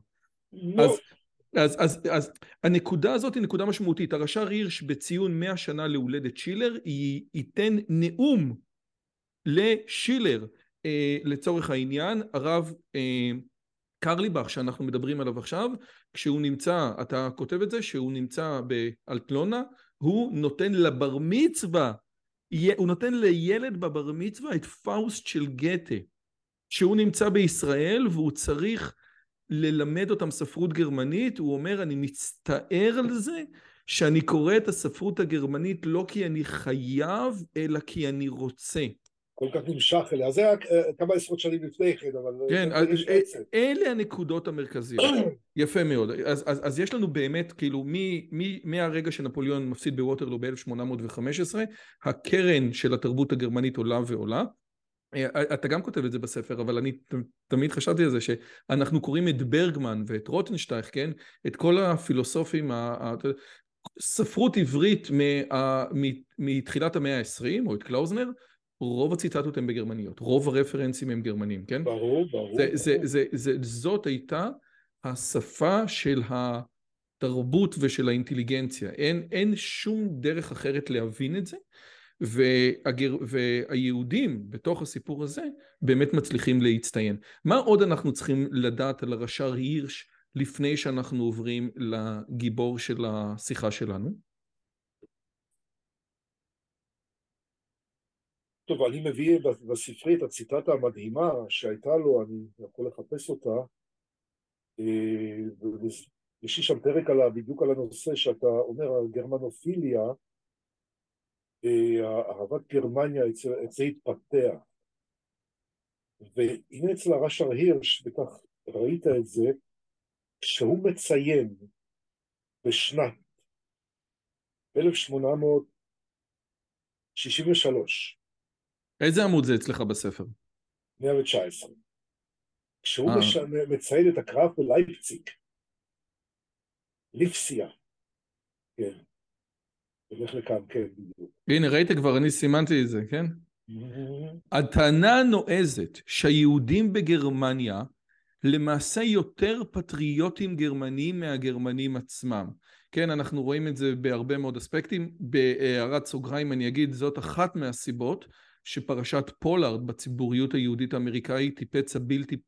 אז הנקודה הזאת היא נקודה משמעותית. הרש"ר הירש בציון 100 שנה להולדת שילר ייתן נאום לשילר. לצורך העניין, הרב קרליבך שאנחנו מדברים עליו עכשיו, כשהוא נמצא, אתה כותב את זה, שהוא נמצא באלטלונה, הוא נותן לבר מצווה, הוא נותן לילד בבר מצווה את פאוסט של גתה, שהוא נמצא בישראל והוא צריך ללמד אותם ספרות גרמנית. הוא אומר, אני מצטער על זה שאני קורא את הספרות הגרמנית לא כי אני חייב, אלא כי אני רוצה. כל כך נמשך אליה. זה היה כמה עשרות שנים לפני כן, אבל כן, אלה הנקודות המרכזיות. יפה מאוד. אז יש לנו באמת, כאילו, מהרגע שנפוליאון מפסיד בווטרלו ב-1815, הקרן של התרבות הגרמנית עולה ועולה. אתה גם כותב את זה בספר, אבל אני תמיד חשבתי על זה שאנחנו קוראים את ברגמן ואת רוטנשטייך, כן? את כל הפילוסופים, ספרות עברית מתחילת המאה ה-20, או את קלאוזנר, רוב הציטטות הן בגרמניות, רוב הרפרנסים הם גרמנים, כן? ברור, ברור. זאת הייתה השפה של התרבות ושל האינטליגנציה. אין שום דרך אחרת להבין את זה. והיהודים בתוך הסיפור הזה באמת מצליחים להצטיין. מה עוד אנחנו צריכים לדעת על הרש"ר הירש לפני שאנחנו עוברים לגיבור של השיחה שלנו? טוב, אני מביא בספרי את הציטטה המדהימה שהייתה לו, אני יכול לחפש אותה, יש לי שם פרק בדיוק על הנושא שאתה אומר, על גרמנופיליה, אהבת גרמניה אצל התפתח. והנה אצל הרש"ר הירש, וכך ראית את זה, שהוא מציין בשנת 1863. איזה עמוד זה אצלך בספר? 119. כשהוא מציין את הקרב בלייפציג, ליפסיה, כן. הולך לכאן, כן, בדיוק. הנה, ראית כבר, אני סימנתי את זה, כן? הטענה הנועזת שהיהודים בגרמניה למעשה יותר פטריוטים גרמנים מהגרמנים עצמם. כן, אנחנו רואים את זה בהרבה מאוד אספקטים. בהערת סוגריים אני אגיד, זאת אחת מהסיבות שפרשת פולארד בציבוריות היהודית האמריקאית היא פצע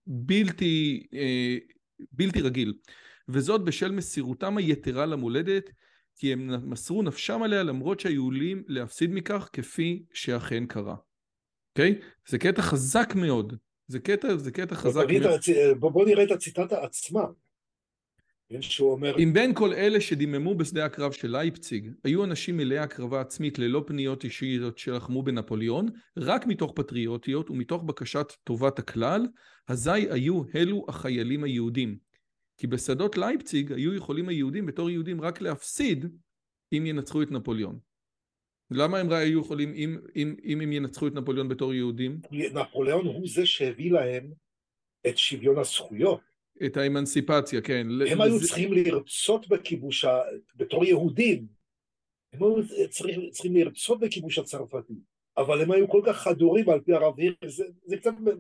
בלתי רגיל. וזאת בשל מסירותם היתרה למולדת, כי הם מסרו נפשם עליה למרות שהיו עלולים להפסיד מכך כפי שאכן קרה. אוקיי? זה קטע חזק מאוד. זה קטע חזק מאוד. בוא נראה את הציטטה עצמה. שהוא אומר... אם בין כל אלה שדיממו בשדה הקרב של לייפציג, היו אנשים מלאי הקרבה עצמית ללא פניות אישיות שלחמו בנפוליאון, רק מתוך פטריוטיות ומתוך בקשת טובת הכלל, אזי היו אלו החיילים היהודים. כי בשדות לייפציג היו יכולים היהודים בתור יהודים רק להפסיד אם ינצחו את נפוליאון. למה הם היו יכולים אם הם ינצחו את נפוליאון בתור יהודים? נפוליאון הוא זה שהביא להם את שוויון הזכויות. את האמנסיפציה, כן. הם היו צריכים לרצות בכיבוש, בתור יהודים, הם היו צריכים לרצות בכיבוש הצרפתי, אבל הם היו כל כך חדורים על פי הרב הירש, זה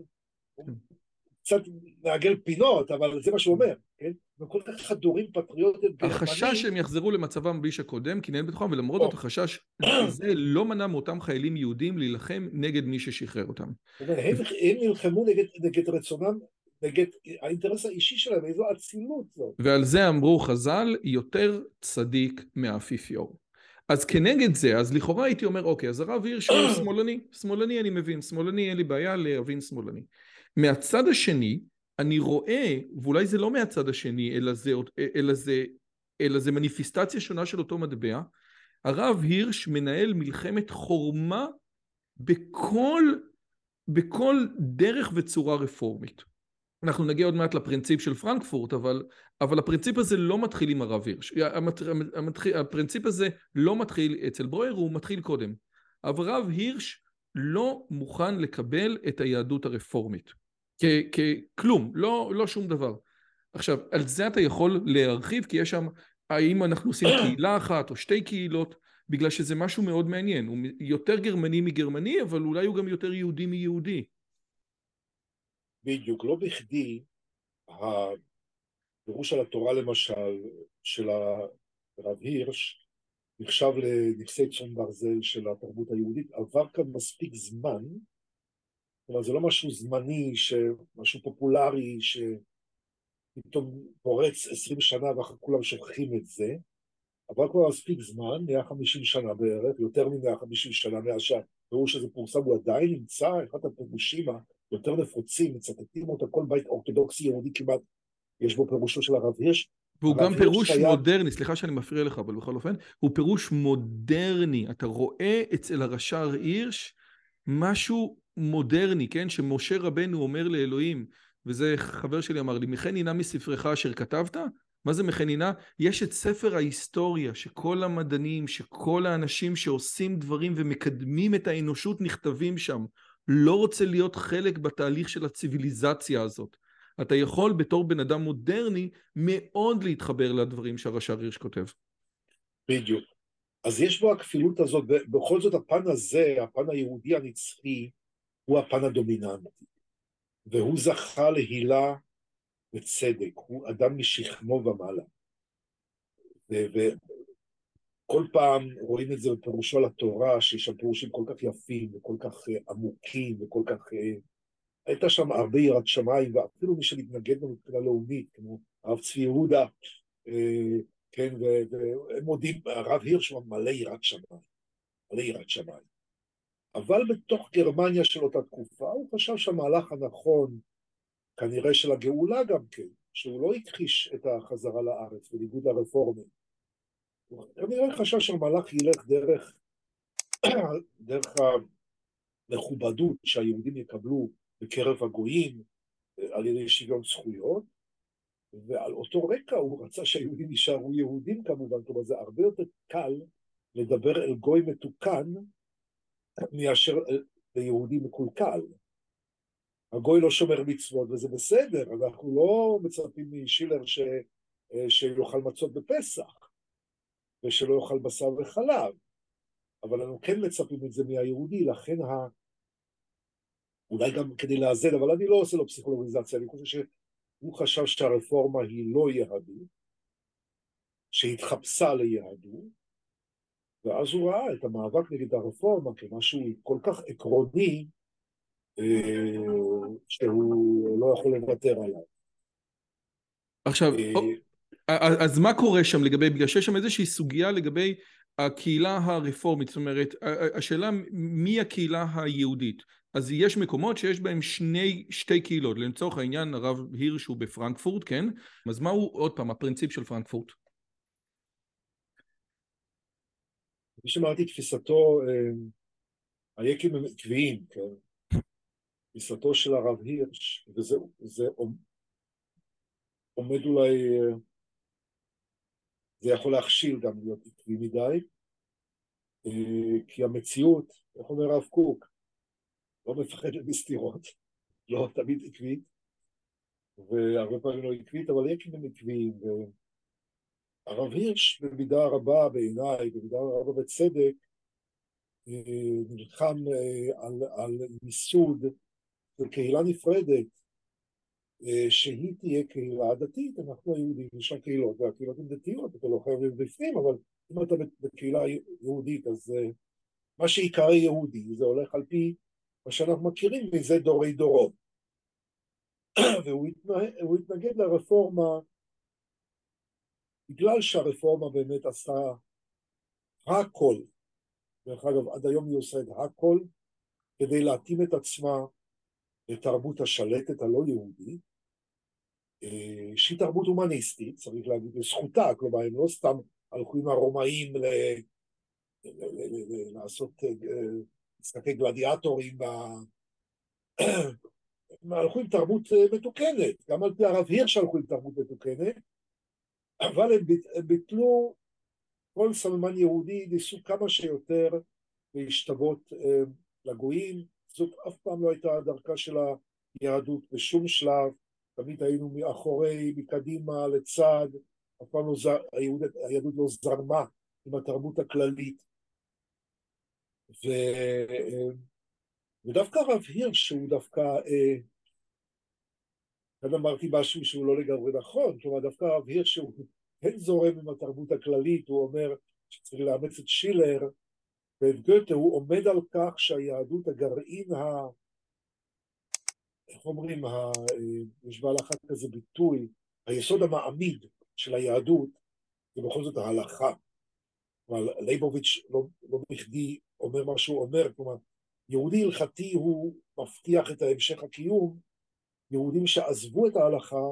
קצת מעגל פינות, אבל זה מה שהוא אומר, כן? הם כל כך חדורים פטריוטים גרמנים. החשש שהם יחזרו למצבם ביש הקודם, כי נהן בתוכם, ולמרות את החשש הזה לא מנע מאותם חיילים יהודים להילחם נגד מי ששחרר אותם. הם נלחמו נגד רצונם, נגד האינטרס האישי שלהם, איזו אצילות זאת. ועל זה אמרו חז"ל, יותר צדיק מהאפיפיור. אז כנגד זה, אז לכאורה הייתי אומר, אוקיי, אז הרב הירש הוא שמאלני, שמאלני אני מבין, שמאלני אין לי בעיה להבין שמאלני. מהצד השני, אני רואה, ואולי זה לא מהצד השני, אלא זה מניפיסטציה שונה של אותו מטבע, הרב הירש מנהל מלחמת חורמה בכל דרך וצורה רפורמית. אנחנו נגיע עוד מעט לפרינציפ של פרנקפורט, אבל הפרינציפ הזה לא מתחיל עם הרב הירש. הפרינציפ הזה לא מתחיל אצל ברויר, הוא מתחיל קודם. אבל הרב הירש לא מוכן לקבל את היהדות הרפורמית. ככלום, לא שום דבר. עכשיו, על זה אתה יכול להרחיב, כי יש שם, האם אנחנו עושים קהילה אחת או שתי קהילות, בגלל שזה משהו מאוד מעניין. הוא יותר גרמני מגרמני, אבל אולי הוא גם יותר יהודי מיהודי. בדיוק, לא בכדי, הפירוש על התורה למשל, של הרב הירש, נחשב לנכסי צאן ברזל של התרבות היהודית, עבר כאן מספיק זמן, אבל זה לא משהו זמני, משהו פופולרי, שפתאום פורץ 20 שנה ואחר כולם שוכחים את זה, עבר כבר מספיק זמן, 150 שנה בערך, יותר מ-150 שנה מאז שהפירוש הזה פורסם, הוא עדיין נמצא, אחד הפירושים יותר נפוצים, מצטטים אותו, כל בית אורתודוקסי יהודי כמעט, יש בו פירושו של הרב הירש. והוא גם פירוש מודרני, סליחה שאני מפריע לך, אבל בכל אופן, הוא פירוש מודרני, אתה רואה אצל הרש"ר הירש משהו מודרני, כן? שמשה רבנו אומר לאלוהים, וזה חבר שלי אמר לי, מכנינה מספרך אשר כתבת? מה זה מכנינה? יש את ספר ההיסטוריה, שכל המדענים, שכל האנשים שעושים דברים ומקדמים את האנושות נכתבים שם. לא רוצה להיות חלק בתהליך של הציביליזציה הזאת. אתה יכול בתור בן אדם מודרני מאוד להתחבר לדברים שהרש"ר הירש כותב. בדיוק. אז יש בו הכפילות הזאת, בכל זאת הפן הזה, הפן היהודי הנצחי, הוא הפן הדומיננטי. והוא זכה להילה וצדק, הוא אדם משכמו ומעלה. וכל פעם רואים את זה בפירושו על התורה, שיש שם פירושים כל כך יפים וכל כך עמוקים וכל כך... הייתה שם הרבה יראת שמיים, ואפילו מי שמתנגד מבחינה לאומית, כמו הרב צבי יהודה, כן, והם מודים, הרב הירש הוא מלא יראת שמיים, מלא יראת שמיים. אבל בתוך גרמניה של אותה תקופה, הוא חשב שהמהלך הנכון, כנראה של הגאולה גם כן, שהוא לא הכחיש את החזרה לארץ, בניגוד לרפורמים. הוא כנראה חשב שהמהלך ילך דרך המכובדות שהיהודים יקבלו בקרב הגויים, על ידי שוויון זכויות, ועל אותו רקע הוא רצה שהיהודים יישארו יהודים כמובן, כלומר זה הרבה יותר קל לדבר אל גוי מתוקן, מאשר ליהודי מקולקל. הגוי לא שומר מצוות, וזה בסדר, אנחנו לא מצפים משילר שיאכל מצות בפסח, ושלא יאכל בשר וחלב, אבל אנחנו כן מצפים את זה מהיהודי, לכן אולי גם כדי לאזן, אבל אני לא עושה לו פסיכולוגיזציה, אני חושב שהוא חשב שהרפורמה היא לא יהדות, שהתחפשה ליהדות, ואז הוא ראה את המאבק נגד הרפורמה כמשהו כל כך עקרוני, שהוא לא יכול לוותר עליו. עכשיו, אז מה קורה שם לגבי, בגלל שיש שם איזושהי סוגיה לגבי הקהילה הרפורמית, זאת אומרת, השאלה מי הקהילה היהודית. אז יש מקומות שיש בהם שתי קהילות, לצורך העניין הרב הירש הוא בפרנקפורט, כן? אז מהו עוד פעם הפרינציפ של פרנקפורט? כפי שאמרתי, תפיסתו, היקים הם עקביים, כן? תפיסתו של הרב הירש, וזה עומד אולי, זה יכול להכשיל גם להיות עקבי מדי, כי המציאות, איך אומר הרב קוק, לא מפחדת בסתירות, לא תמיד עקבית, והרבה פעמים לא עקבית, אבל יקים הם עקביים, והרב הירש במידה רבה בעיניי, במידה רבה בצדק, נלחם על ייסוד של קהילה נפרדת, שהיא תהיה קהילה דתית. אנחנו היהודים, יש לה קהילות, והקהילות הן דתיות, אתה לא חייב להיות בפנים, אבל אם אתה בקהילה יהודית, אז מה שעיקרי יהודי, זה הולך על פי מה שאנחנו מכירים מזה דורי דורות. והוא התנגד לרפורמה, בגלל שהרפורמה באמת עשתה הכל, דרך אגב, עד היום היא עושה את הכל, כדי להתאים את עצמה לתרבות השלטת הלא יהודית, שהיא תרבות הומניסטית, צריך להגיד, לזכותה, כלומר, הם לא סתם הלכו עם הרומאים לעשות משחקי גלדיאטורים, הם הלכו עם תרבות מתוקנת, גם על פי הרב הירש הלכו עם תרבות מתוקנת, אבל הם ביטלו כל סממן יהודי, ניסו כמה שיותר להשתוות לגויים. זאת אף פעם לא הייתה דרכה של היהדות בשום שלב, תמיד היינו מאחורי, מקדימה, לצד, אף פעם לא היהדות לא זרמה עם התרבות הכללית. ודווקא הרב הירש, שהוא דווקא, כאן אמרתי משהו שהוא לא לגמרי נכון, כלומר דווקא הרב הירש שהוא כן זורם עם התרבות הכללית, הוא אומר שצריך לאמץ את שילר ואת גוטה, הוא עומד על כך שהיהדות הגרעין, איך אומרים, יש בהלכה כזה ביטוי, היסוד המעמיד של היהדות, זה בכל זאת ההלכה. כלומר, ליבוביץ' לא בכדי אומר מה שהוא אומר, כלומר, יהודי הלכתי הוא מבטיח את המשך הקיום, יהודים שעזבו את ההלכה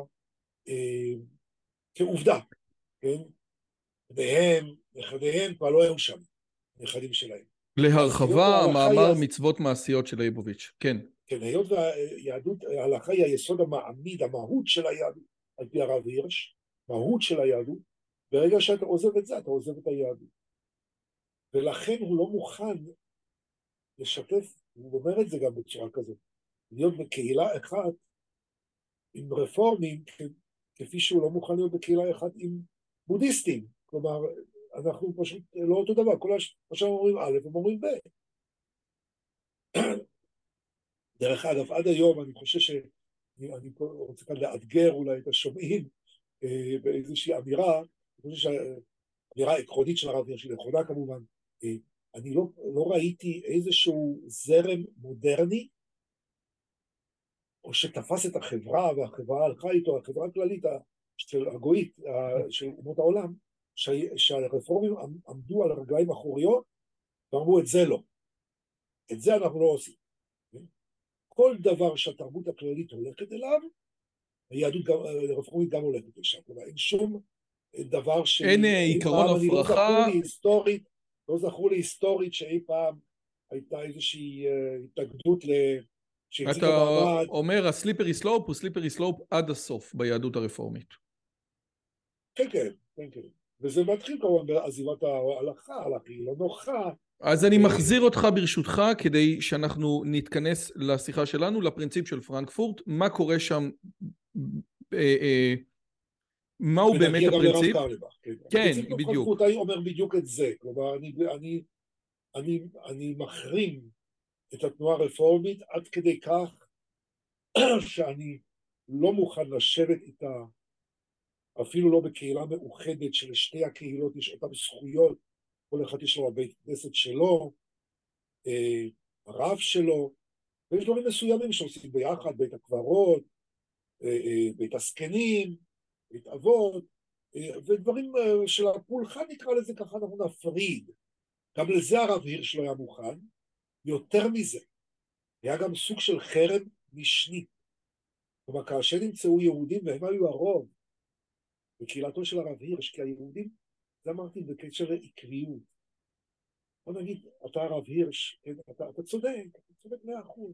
כעובדה, כן? והם, נכדיהם כבר לא היו שם, נכדים שלהם. להרחבה, המאמר מצוות מעשיות של ליבוביץ', כן. כן, היות והיהדות, ההלכה היא היסוד המעמיד, המהות של היהדות, על פי הרב הירש, מהות של היהדות, ברגע שאתה עוזב את זה, אתה עוזב את היהדות. ולכן הוא לא מוכן לשתף, הוא אומר את זה גם בצורה כזאת, להיות בקהילה אחת עם רפורמים, כפי שהוא לא מוכן להיות בקהילה אחת עם בודהיסטים. כלומר, אנחנו פשוט לא אותו דבר, כל מה שהם אומרים א', הם אומרים ב'. דרך אגב, עד היום אני חושב שאני רוצה כאן לאתגר אולי את השומעים באיזושהי אמירה, אני חושב שהאמירה העקרונית של הרב הירש היא נכונה כמובן, אני לא ראיתי איזשהו זרם מודרני, או שתפס את החברה, והחברה הלכה איתו, החברה הכללית של הגויית, של אומות העולם, שהרפורמים עמדו על הרגליים האחוריות, ואמרו את זה לא. את זה אנחנו לא עושים. כל דבר שהתרבות הכללית הולכת אליו, היהדות הרפורמית גם הולכת לשם. כלומר, אין שום דבר אין עיקרון הפרחה. לא זכרו לי היסטורית שאי פעם הייתה איזושהי התנגדות אתה אומר הסליפרי סלופ הוא סליפרי סלופ עד הסוף ביהדות הרפורמית. כן, כן, כן, כן. וזה מתחיל כמובן בעזיבת ההלכה, ההלכה היא לא נוחה. אז אני מחזיר אותך ברשותך כדי שאנחנו נתכנס לשיחה שלנו, לפרינציפ של פרנקפורט, מה קורה שם, מהו באמת הפרינציפ? כן, בדיוק. פרנקפורט אומר בדיוק את זה, כלומר אני מחרים את התנועה הרפורמית עד כדי כך שאני לא מוכן לשבת איתה, אפילו לא בקהילה מאוחדת שלשתי הקהילות יש אותן זכויות, כל אחד יש לו הבית כנסת שלו, הרב שלו, ויש דברים מסוימים שעושים ביחד, בית הקברות, בית הזקנים, בית אבות, ודברים של הפולחן נקרא לזה ככה, אנחנו נפריד. גם לזה הרב הירש לא היה מוכן. יותר מזה, היה גם סוג של חרם משני. כלומר, כאשר נמצאו יהודים, והם היו הרוב, בקהילתו של הרב הירש, כי היהודים, זה אמרתי בקשר לעקביות. בוא נגיד, אתה הרב הירש, אתה צודק, אתה צודק 100%.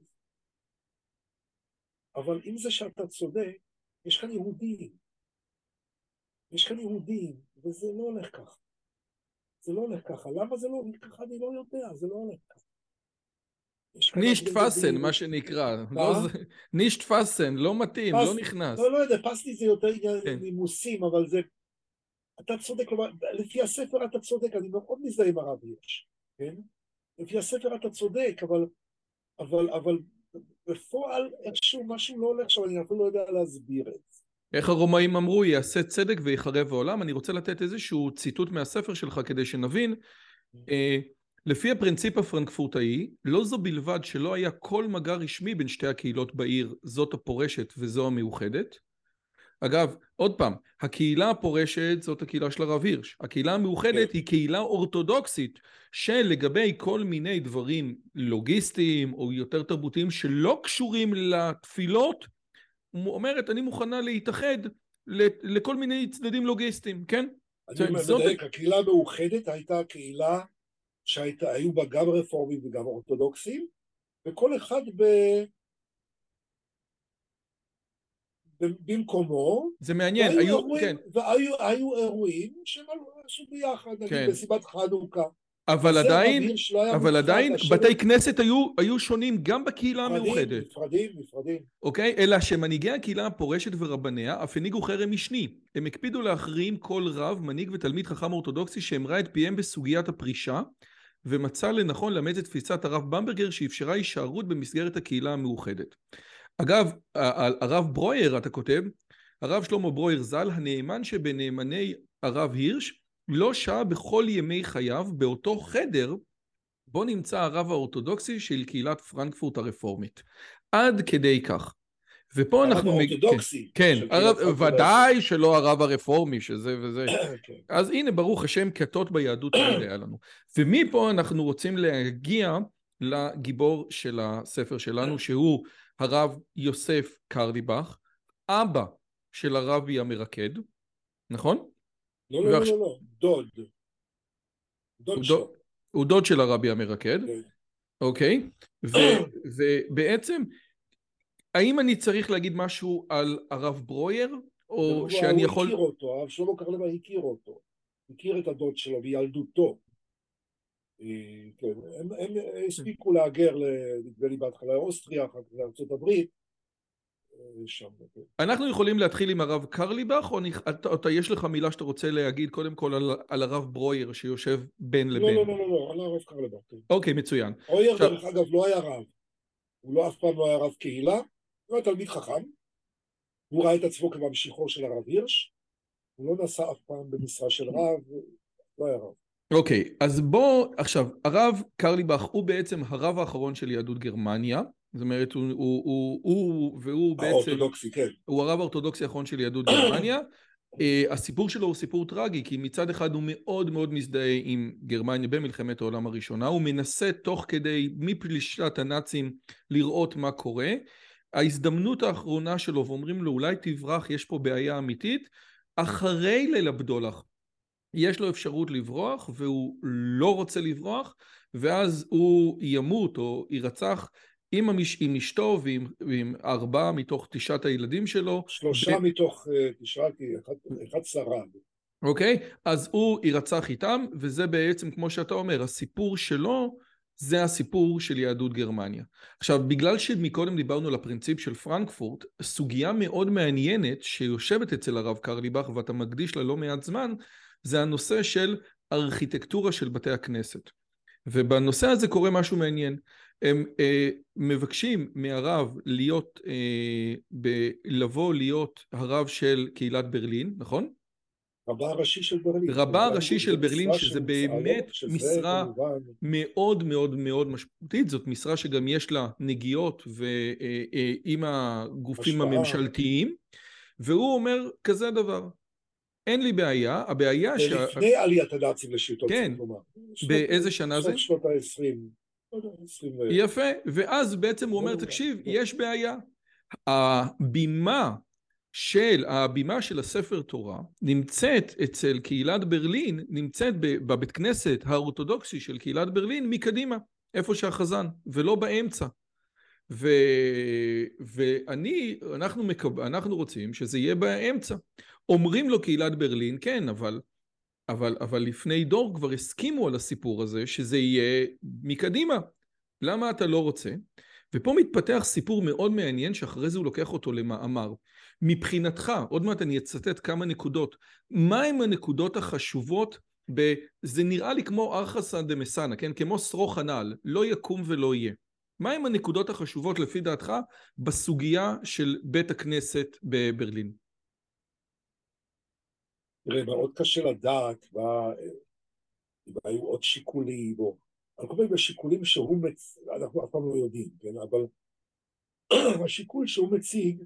אבל עם זה שאתה צודק, יש כאן יהודים. יש כאן יהודים, וזה לא הולך ככה. זה לא הולך ככה. למה זה לא הולך ככה? אני לא יודע, זה לא הולך ככה. נישט פאסן, מה שנקרא. נישט פאסן, לא מתאים, לא נכנס. לא יודע, פסלי זה יותר נימוסים, אבל זה... אתה צודק, לפי הספר אתה צודק, אני מאוד מזדהה עם הרב הירש, כן? לפי הספר אתה צודק, אבל בפועל איכשהו משהו לא הולך שם, אני אפילו לא יודע להסביר את זה. איך הרומאים אמרו, יעשה צדק ויחרב העולם? אני רוצה לתת איזשהו ציטוט מהספר שלך כדי שנבין. לפי הפרינציפ הפרנקפורטאי, לא זו בלבד שלא היה כל מגע רשמי בין שתי הקהילות בעיר, זאת הפורשת וזו המאוחדת. אגב, עוד פעם, הקהילה הפורשת זאת הקהילה של הרב הירש. הקהילה המאוחדת היא קהילה אורתודוקסית, שלגבי כל מיני דברים לוגיסטיים או יותר תרבותיים שלא קשורים לתפילות, אומרת, אני מוכנה להתאחד לכל מיני צדדים לוגיסטיים, כן? אני מדייק, הקהילה המאוחדת הייתה קהילה שהיו בה גם רפורמים וגם אורתודוקסים, וכל אחד במקומו. זה מעניין, והיו אירועים שהם עשו ביחד, נגיד בסיבת חנוכה. אבל עדיין בתי כנסת היו שונים גם בקהילה המאוחדת. נפרדים. אוקיי? אלא שמנהיגי הקהילה הפורשת ורבניה אף הנהיגו חרם משני. הם הקפידו להחרים כל רב, מנהיג ותלמיד חכם אורתודוקסי שהמרה את פיהם בסוגיית הפרישה, ומצא לנכון לאמץ את תפיסת הרב במברגר שאפשרה הישארות במסגרת הקהילה המאוחדת. אגב, הרב ברויר, אתה כותב, הרב שלמה ברויר ז"ל, הנאמן שבנאמני הרב הירש, לא שהה בכל ימי חייו באותו חדר בו נמצא הרב האורתודוקסי של קהילת פרנקפורט הרפורמית. עד כדי כך. ופה אנחנו... הרב האורתודוקסי. כן, ודאי שלא הרב הרפורמי שזה וזה. אז הנה, ברוך השם, כתות ביהדות היה לנו. ומפה אנחנו רוצים להגיע לגיבור של הספר שלנו, שהוא הרב יוסף קרליבך, אבא של הרבי המרקד, נכון? לא, דוד. הוא דוד של הרבי המרקד, אוקיי? ובעצם, האם אני צריך להגיד משהו על הרב ברויר, או שאני יכול... הוא הכיר אותו, הרב שלמה קרליבך הכיר אותו, הכיר את הדוד שלו בילדותו. הם הספיקו להגר, נדמה לי בהתחלה לאוסטריה, אחר כך לארצות הברית, שם. אנחנו יכולים להתחיל עם הרב קרליבך, או יש לך מילה שאתה רוצה להגיד קודם כל על הרב ברויר שיושב בין לבין? לא, על הרב קרליבך. אוקיי, מצוין. ברויר דרך אגב לא היה רב, הוא לא אף פעם לא היה רב קהילה, הוא היה תלמיד חכם, הוא ראה את עצמו כממשיכו של הרב הירש, הוא לא נסע אף פעם במשרה של רב, לא היה רב. אוקיי, אז בוא, עכשיו, הרב קרליבך הוא בעצם הרב האחרון של יהדות גרמניה, זאת אומרת, והוא בעצם... האורתודוקסי, כן. הוא הרב האורתודוקסי האחרון של יהדות גרמניה. הסיפור שלו הוא סיפור טרגי, כי מצד אחד הוא מאוד מאוד מזדהה עם גרמניה במלחמת העולם הראשונה, הוא מנסה תוך כדי מפלישת הנאצים לראות מה קורה. ההזדמנות האחרונה שלו, ואומרים לו, אולי תברח, יש פה בעיה אמיתית, אחרי ליל הבדולח. יש לו אפשרות לברוח, והוא לא רוצה לברוח, ואז הוא ימות או יירצח עם אשתו ועם 4 מתוך 9 הילדים שלו. 3 מתוך 9, אחד שרד. אוקיי, אז הוא יירצח איתם, וזה בעצם, כמו שאתה אומר, הסיפור שלו, זה הסיפור של יהדות גרמניה. עכשיו, בגלל שמקודם דיברנו על הפרינציפ של פרנקפורט, סוגיה מאוד מעניינת שיושבת אצל הרב קרליבך, ואתה מקדיש לה לא מעט זמן, זה הנושא של ארכיטקטורה של בתי הכנסת. ובנושא הזה קורה משהו מעניין. הם מבקשים מהרב לבוא להיות הרב של קהילת ברלין, נכון? רבה הראשי של ברלין. רבה הראשי של ברלין, שזה שהוצעה לו, באמת שזה משרה כמובן... מאוד מאוד מאוד משמעותית, זאת משרה שגם יש לה נגיעות עם הגופים השפעה. הממשלתיים, והוא אומר כזה דבר, אין לי בעיה, הבעיה לפני עליית הנאצים לשלטון, כן, צריך לומר. באיזה שנה זה? סוף שנות ה-20. יפה, ואז בעצם הוא אומר, תקשיב, יש בעיה. הבימה של הספר תורה נמצאת אצל קהילת ברלין, נמצאת בבית כנסת האורתודוקסי של קהילת ברלין מקדימה, איפה שהחזן, ולא באמצע. ואנחנו רוצים שזה יהיה באמצע. אומרים לו קהילת ברלין, כן, אבל לפני דור כבר הסכימו על הסיפור הזה שזה יהיה מקדימה. למה אתה לא רוצה? ופה מתפתח סיפור מאוד מעניין שאחרי זה הוא לוקח אותו למאמר. מבחינתך, עוד מעט אני אצטט כמה נקודות, מה הם הנקודות החשובות זה נראה לי כמו ארכסא דמסנא, כן? כמו שרוך הנעל, לא יקום ולא יהיה. מה הם הנקודות החשובות לפי דעתך בסוגיה של בית הכנסת בברלין? תראה, מאוד קשה לדעת אם היו עוד שיקולים, או על כל מיני שיקולים אנחנו אף פעם לא יודעים, כן? אבל השיקול שהוא מציג,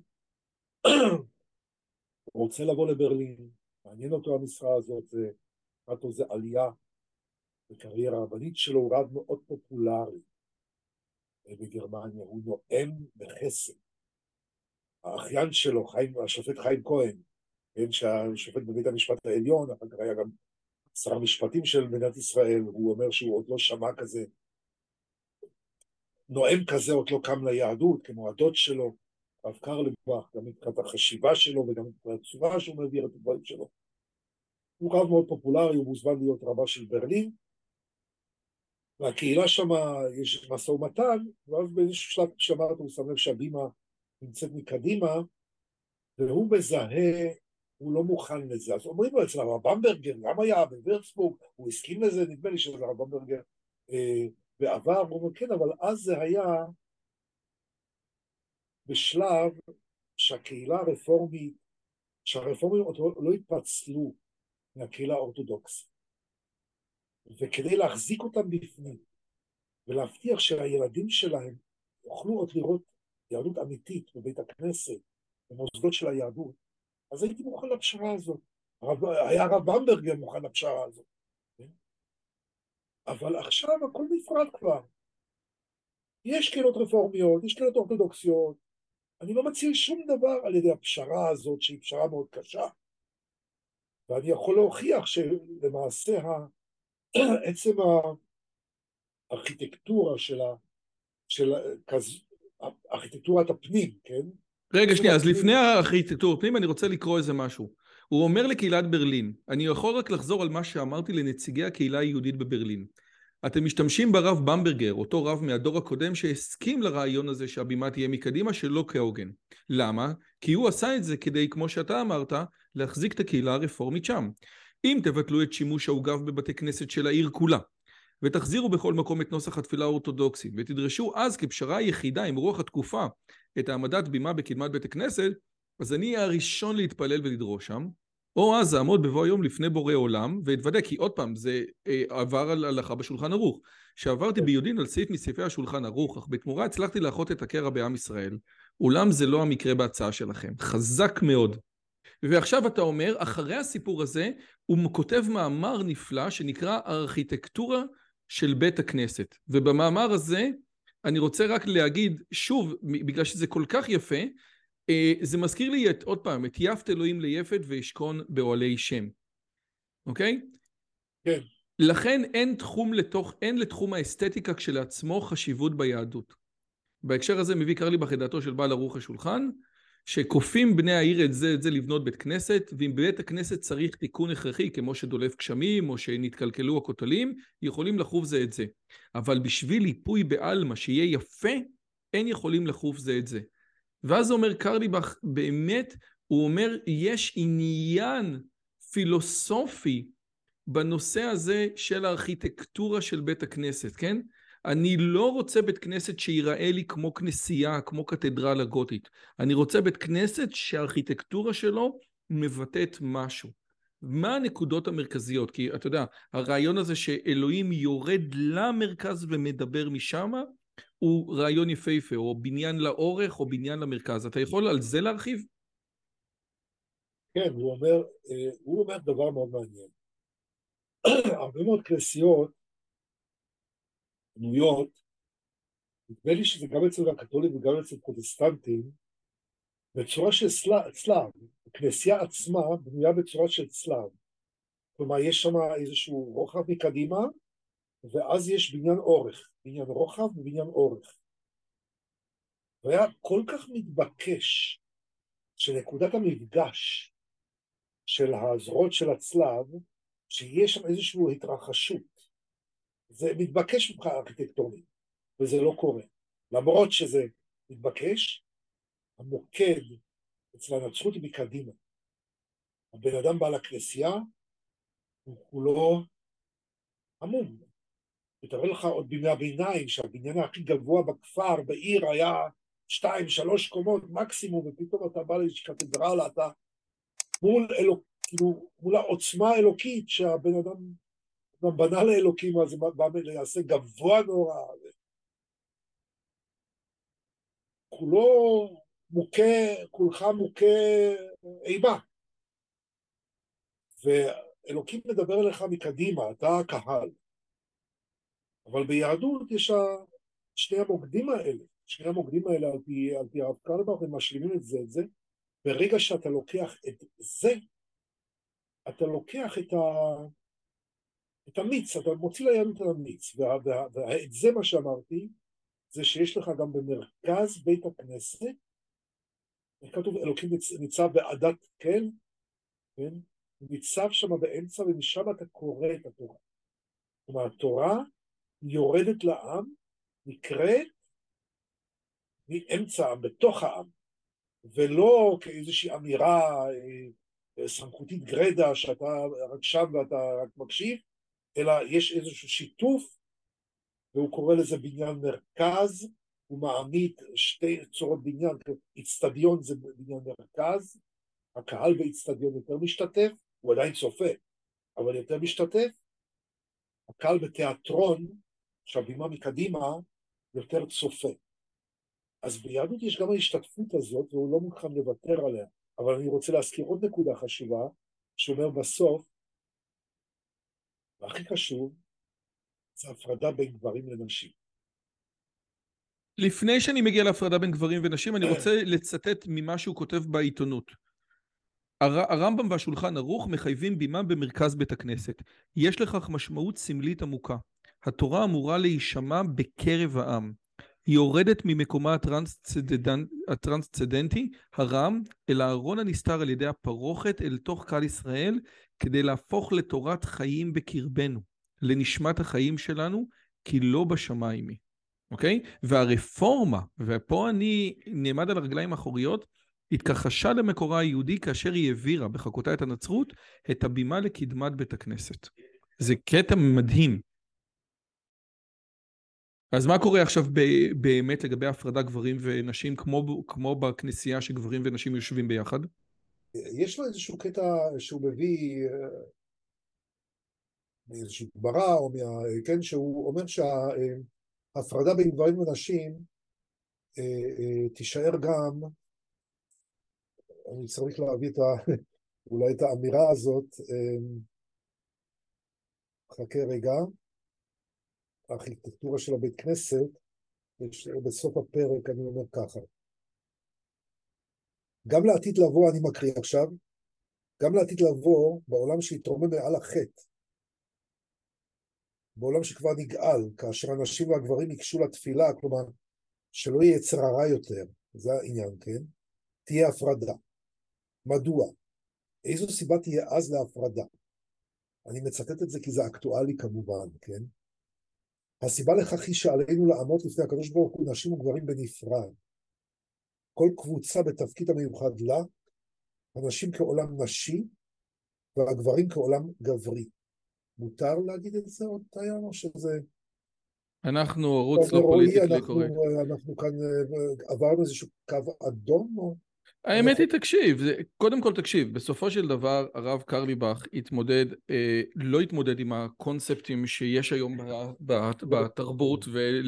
הוא רוצה לבוא לברלין, מעניין אותו המשרה הזאת, זה עלייה בקריירה הרבנית שלו, הוא רב מאוד פופולרי בגרמניה, הוא נואם בחסד. האחיין שלו, השופט חיים כהן, כן, שהשופט בבית המשפט העליון, אחר כך היה גם שר המשפטים של מדינת ישראל, הוא אומר שהוא עוד לא שמע כזה, נואם כזה עוד לא קם ליהדות, כמו הדוד שלו, הרב קרליבך, גם מבחינת החשיבה שלו וגם מבחינת הצורה שהוא מעביר את הדברים שלו. הוא רב מאוד פופולרי, הוא מוזמן להיות רבה של ברלין, והקהילה שם יש משא ומתן, ואז באיזשהו שלב שאמרת, הוא שם לב שהבימה נמצאת מקדימה, והוא מזהה, הוא לא מוכן לזה. אז אומרים לו אצל הרב במברגר, גם היה בוורצבורג, הוא הסכים לזה, נדמה לי שזה הרב במברגר בעבר, הוא אומר כן, אבל אז זה היה בשלב שהקהילה הרפורמית, שהרפורמים לא התפצלו מהקהילה האורתודוקסית. וכדי להחזיק אותם בפנים, ולהבטיח שהילדים שלהם יוכלו עוד לראות יהדות אמיתית בבית הכנסת, במוסדות של היהדות, אז הייתי מוכן לפשרה הזאת. היה הרב במברגר מוכן לפשרה הזאת. אבל עכשיו הכל נפרד כבר. יש קהילות רפורמיות, יש קהילות אורתודוקסיות, אני לא מציל שום דבר על ידי הפשרה הזאת, שהיא פשרה מאוד קשה, ואני יכול להוכיח שלמעשה עצם הארכיטקטורה של ארכיטקטורת הפנים, כן? רגע, שנייה, אז לפני הארכיטקטורת הפנים אני רוצה לקרוא איזה משהו. הוא אומר לקהילת ברלין, אני יכול רק לחזור על מה שאמרתי לנציגי הקהילה היהודית בברלין. אתם משתמשים ברב במברגר, אותו רב מהדור הקודם שהסכים לרעיון הזה שהבימה תהיה מקדימה שלא כהוגן. למה? כי הוא עשה את זה כדי, כמו שאתה אמרת, להחזיק את הקהילה הרפורמית שם. אם תבטלו את שימוש העוגב בבתי כנסת של העיר כולה, ותחזירו בכל מקום את נוסח התפילה האורתודוקסי, ותדרשו אז כפשרה היחידה עם רוח התקופה את העמדת בימה בקדמת בית הכנסת, אז אני אהיה הראשון להתפלל ולדרוש שם, או אז אעמוד בבוא היום לפני בורא עולם, והתוודא, כי עוד פעם, זה עבר על הלכה בשולחן ערוך, שעברתי ביודעין על סעיף מסעיפי השולחן ערוך, אך בתמורה הצלחתי לאחות את הקרע בעם ישראל, אולם זה לא המקרה בהצעה שלכם, חזק מאוד. ועכשיו אתה אומר, אחרי הסיפור הזה, הוא כותב מאמר נפלא שנקרא ארכיטקטורה של בית הכנסת, ובמאמר הזה אני רוצה רק להגיד שוב, בגלל שזה כל כך יפה, זה מזכיר לי עוד פעם, את יפת אלוהים ליפת וישכון באוהלי שם. אוקיי? כן. לכן אין לתחום האסתטיקה כשלעצמו חשיבות ביהדות. בהקשר הזה מביא קרליבך את דעתו של בעל ערוך השולחן, שכופים בני העיר את זה לבנות בית כנסת, ואם בבית הכנסת צריך תיקון הכרחי, כמו שדולף גשמים או שנתקלקלו הכותלים, יכולים לחוף זה את זה. אבל בשביל ליפוי בעלמא שיהיה יפה, אין יכולים לחוף זה את זה. ואז אומר קרליבך, באמת, הוא אומר, יש עניין פילוסופי בנושא הזה של הארכיטקטורה של בית הכנסת, כן? אני לא רוצה בית כנסת שיראה לי כמו כנסייה, כמו קתדרלה גותית. אני רוצה בית כנסת שהארכיטקטורה שלו מבטאת משהו. מה הנקודות המרכזיות? כי אתה יודע, הרעיון הזה שאלוהים יורד למרכז ומדבר משם, הוא רעיון יפהפה, או בניין לאורך, או בניין למרכז. אתה יכול על זה להרחיב? כן, הוא אומר דבר מאוד מעניין. הרבה מאוד כנסיות בנויות, נדמה לי שזה גם אצל הקתולים וגם אצל פרוטסטנטים, בצורה של צלב. הכנסייה עצמה בנויה בצורה של צלב. כלומר, יש שם איזשהו רוחב מקדימה, ואז יש בניין אורך, בניין רוחב ובניין אורך. והיה כל כך מתבקש שנקודת המפגש של הזרועות של הצלב, שיש שם איזושהי התרחשות. זה מתבקש מבחינה ארכיטקטונית, וזה לא קורה. למרות שזה מתבקש, המוקד אצל הנצרות היא מקדימה. הבן אדם בא לכנסייה, הוא כולו עמום. ותראה לך עוד בימי הביניים, שהבניין הכי גבוה בכפר, בעיר, היה 2-3 קומות מקסימום, ופתאום אתה בא לקתדרלה, אתה מול העוצמה האלוקית שהבן אדם גם בנה לאלוקים, אז זה בא ליעשה גבוה נורא. כולך מוכה אימה. ואלוקים מדבר אליך מקדימה, אתה הקהל. אבל ביהדות יש שני המוקדים האלה, על פי הרב קרליבך, הם משלימים את זה. ברגע שאתה לוקח את זה, אתה לוקח את המיץ, אתה מוציא ליהדות את המיץ, ואת זה מה שאמרתי, זה שיש לך גם במרכז בית הכנסת, כתוב אלוקים ניצב בעדת כן, ניצב שם באמצע, ומשם אתה קורא את התורה. כלומר, התורה יורדת לעם, נקראת מאמצע העם, בתוך העם, ולא כאיזושהי אמירה סמכותית גרדה, שאתה רק שם ואתה רק מקשיב, אלא יש איזשהו שיתוף, והוא קורא לזה בניין מרכז, הוא מעמיד שתי צורות בניין, אצטדיון זה בניין מרכז, הקהל באצטדיון יותר משתתף, הוא עדיין צופה, אבל יותר משתתף, הקהל בתיאטרון, שהבימה מקדימה, יותר צופה. אז ביהדות יש גם ההשתתפות הזאת, והוא לא מוכן לוותר עליה. אבל אני רוצה להזכיר עוד נקודה חשובה, שאומר בסוף, והכי חשוב, זה הפרדה בין גברים לנשים. לפני שאני מגיע להפרדה בין גברים ונשים, אני רוצה לצטט ממה שהוא כותב בעיתונות. הרמב"ם והשולחן ערוך מחייבים בימה במרכז בית הכנסת. יש לכך משמעות סמלית עמוקה. התורה אמורה להישמע בקרב העם. היא יורדת ממקומה הטרנסצדנטי, הרם, אל הארון הנסתר על ידי הפרוכת אל תוך קהל ישראל, כדי להפוך לתורת חיים בקרבנו, לנשמת החיים שלנו, כי לא בשמיים היא. אוקיי? והרפורמה, ופה אני נעמד על הרגליים האחוריות, התכחשה למקורה היהודי כאשר היא העבירה בחקותה את הנצרות, את הבימה לקדמת בית הכנסת. זה קטע מדהים. אז מה קורה עכשיו באמת לגבי הפרדה גברים ונשים, כמו בכנסייה שגברים ונשים יושבים ביחד? יש לו איזשהו קטע שהוא מביא מאיזושהי גמרא, כן, שהוא אומר שההפרדה בין גברים ונשים תישאר גם, אני צריך להביא אולי את האמירה הזאת, חכה רגע, הארכיטקטורה של הבית כנסת, בסוף הפרק אני אומר ככה, גם לעתיד לבוא, אני מקריא עכשיו, גם לעתיד לבוא בעולם שיתרומם מעל החטא, בעולם שכבר נגאל, כאשר הנשים והגברים ייגשו לתפילה, כלומר, שלא יהיה יצר הרע יותר, זה העניין, כן? תהיה הפרדה. מדוע? איזו סיבה תהיה אז להפרדה? אני מצטט את זה כי זה אקטואלי כמובן, כן? הסיבה לכך היא שעלינו לעמוד לפני הקדוש ברוך הוא נשים וגברים בנפרד. כל קבוצה בתפקיד המיוחד לה, הנשים כעולם נשי, והגברים כעולם גברי. מותר להגיד את זה עוד היום, או שזה... אנחנו אתה ערוץ אומר, לא רועי, פוליטיקלי קורקט. אנחנו כאן עברנו איזשהו קו אדום, או... האמת היא, תקשיב, קודם כל תקשיב, בסופו של דבר הרב קרליבך לא התמודד עם הקונספטים שיש היום בתרבות,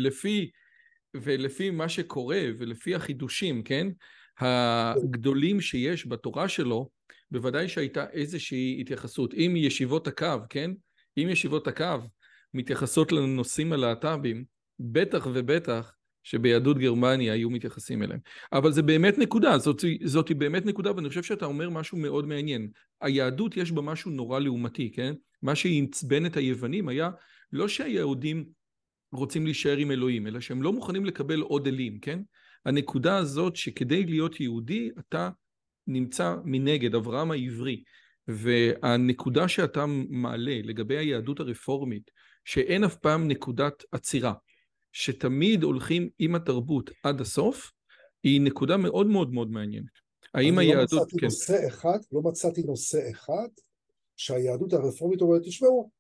ולפי מה שקורה ולפי החידושים, כן? הגדולים שיש בתורה שלו, בוודאי שהייתה איזושהי התייחסות. אם ישיבות הקו, כן? אם ישיבות הקו מתייחסות לנושאים הלהט"בים, בטח ובטח שביהדות גרמניה היו מתייחסים אליהם. אבל זה באמת נקודה, זאת באמת נקודה, ואני חושב שאתה אומר משהו מאוד מעניין. היהדות יש בה משהו נורא לעומתי, כן? מה שעצבן את היוונים היה לא שהיהודים רוצים להישאר עם אלוהים, אלא שהם לא מוכנים לקבל עוד אלים, כן? הנקודה הזאת שכדי להיות יהודי, אתה נמצא מנגד, אברהם העברי, והנקודה שאתה מעלה לגבי היהדות הרפורמית, שאין אף פעם נקודת עצירה, שתמיד הולכים עם התרבות עד הסוף, היא נקודה מאוד מאוד מאוד מעניינת. האם אני היהדות, כן. לא מצאתי נושא אחד שהיהדות הרפורמית אומרת, תשמעו,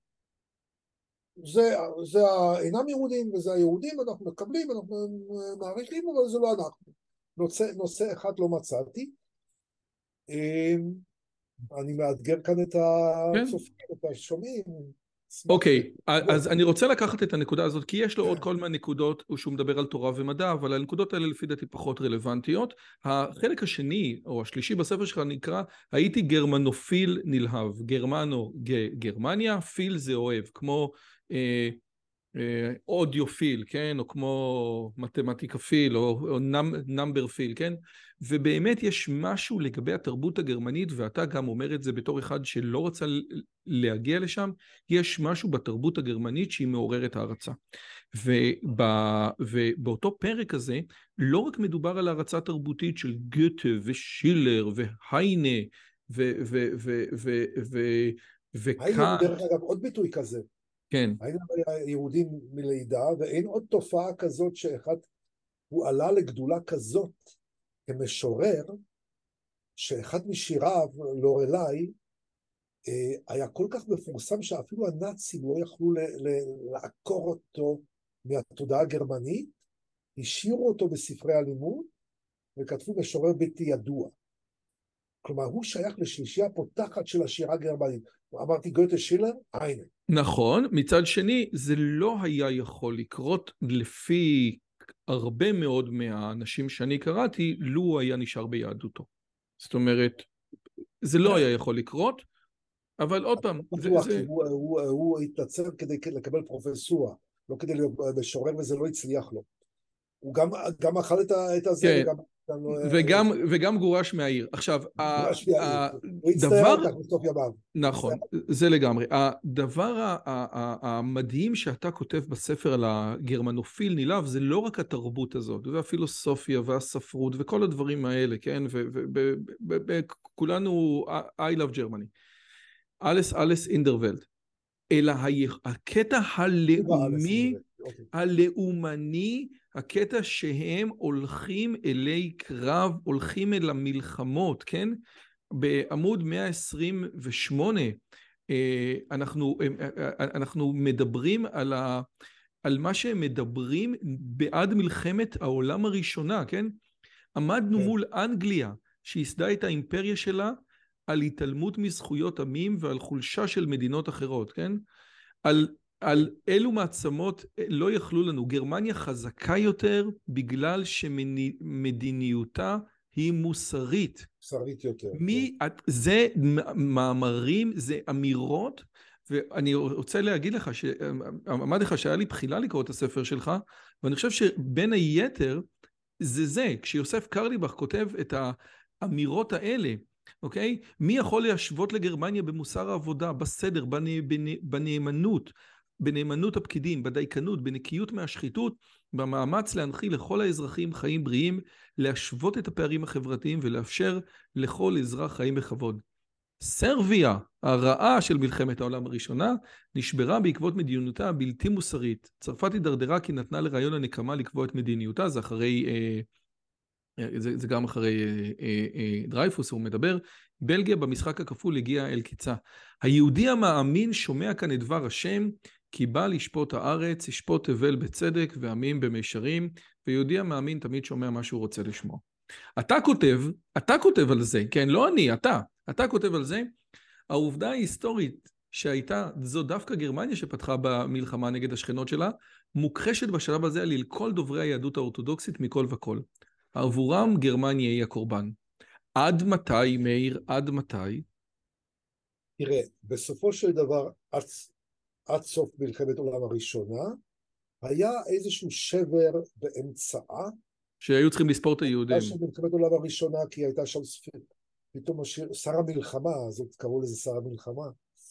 זה אינם יהודים וזה היהודים, אנחנו מקבלים, אנחנו מעריכים, אבל זה לא אנחנו. נושא אחד לא מצאתי. אני מאתגר כאן את הצופים, את השומעים. אוקיי, אז אני רוצה לקחת את הנקודה הזאת, כי יש לו עוד כל מיני נקודות שהוא מדבר על תורה ומדע, אבל הנקודות האלה לפי דעתי פחות רלוונטיות. החלק השני, או השלישי בספר שלך נקרא, הייתי גרמנופיל נלהב. גרמניה, פיל זה אוהב, כמו אודיופיל, כן? או כמו מתמטיקפיל, או נאמבר פיל, כן? ובאמת יש משהו לגבי התרבות הגרמנית, ואתה גם אומר את זה בתור אחד שלא רצה להגיע לשם, יש משהו בתרבות הגרמנית שהיא מעוררת הערצה. ובאותו פרק הזה, לא רק מדובר על הערצה תרבותית של גוטה ושילר והיינה היינה הוא דרך אגב עוד ביטוי כזה. כן. היינו יהודים מלידה, ואין עוד תופעה כזאת שאחד הוא עלה לגדולה כזאת כמשורר, שאחד משיריו, לורלי, היה כל כך מפורסם שאפילו הנאצים לא יכלו לעקור אותו מהתודעה הגרמנית, השאירו אותו בספרי הלימוד, וכתבו משורר בלתי ידוע. כלומר, הוא שייך לשלישייה פותחת של השירה הגרמנית. אמרתי גוטה שילר, היינה. נכון, מצד שני, זה לא היה יכול לקרות לפי הרבה מאוד מהאנשים שאני קראתי, לו היה נשאר ביהדותו. זאת אומרת, זה לא היה יכול לקרות, אבל עוד פעם, הוא התנצל כדי לקבל פרופסורה, לא כדי להיות משורר, וזה לא הצליח לו. הוא גם אכל את הזה, וגם גורש מהעיר. עכשיו, הוא הצטער על כך בסוף ימיו. נכון, זה לגמרי. הדבר המדהים שאתה כותב בספר על הגרמנופיל נלהב, זה לא רק התרבות הזאת, והפילוסופיה והספרות וכל הדברים האלה, כן? וכולנו, I love Germany. אלס אינדרוולד. אלא הקטע הלאומני, הקטע שהם הולכים אלי קרב, הולכים אל המלחמות, כן? בעמוד 128 אנחנו מדברים על מה שהם מדברים בעד מלחמת העולם הראשונה, כן? עמדנו מול אנגליה שיסדה את האימפריה שלה על התעלמות מזכויות עמים ועל חולשה של מדינות אחרות, כן? על אילו מעצמות לא יכלו לנו. גרמניה חזקה יותר בגלל שמדיניותה היא מוסרית. מוסרית יותר. זה מאמרים, זה אמירות, ואני רוצה להגיד לך, אמרתי לך שהיה לי בחילה לקרוא את הספר שלך, ואני חושב שבין היתר, זה, כשיוסף קרליבך כותב את האמירות האלה, אוקיי? מי יכול להשוות לגרמניה במוסר העבודה, בסדר, בנאמנות הפקידים, בדייקנות, בנקיות מהשחיתות, במאמץ להנחיל לכל האזרחים חיים בריאים, להשוות את הפערים החברתיים ולאפשר לכל אזרח חיים בכבוד. סרביה, הרעה של מלחמת העולם הראשונה, נשברה בעקבות מדיניותה הבלתי מוסרית. צרפת הידרדרה כי נתנה לרעיון הנקמה לקבוע את מדיניותה, זה אחרי זה גם אחרי דרייפוס, הוא מדבר, בלגיה במשחק הכפול הגיעה אל קיצה. היהודי המאמין שומע כאן את דבר השם, כי בא לשפוט הארץ, ישפוט תבל בצדק ועמים במישרים, ויהודי המאמין תמיד שומע מה שהוא רוצה לשמוע. אתה כותב על זה, כן, לא אני, אתה כותב על זה, העובדה ההיסטורית שהייתה, זו דווקא גרמניה שפתחה במלחמה נגד השכנות שלה, מוכחשת בשלב הזה על כל דוברי היהדות האורתודוקסית מכל וכל. עבורם גרמניה היא הקורבן. עד מתי, מאיר? עד מתי? תראה, בסופו של דבר, עד סוף מלחמת העולם הראשונה, היה איזשהו שבר באמצעה. שהיו צריכים לספור את היהודים. של מלחמת העולם הראשונה, כי הייתה שם פתאום שר המלחמה, אז קראו לזה שר המלחמה.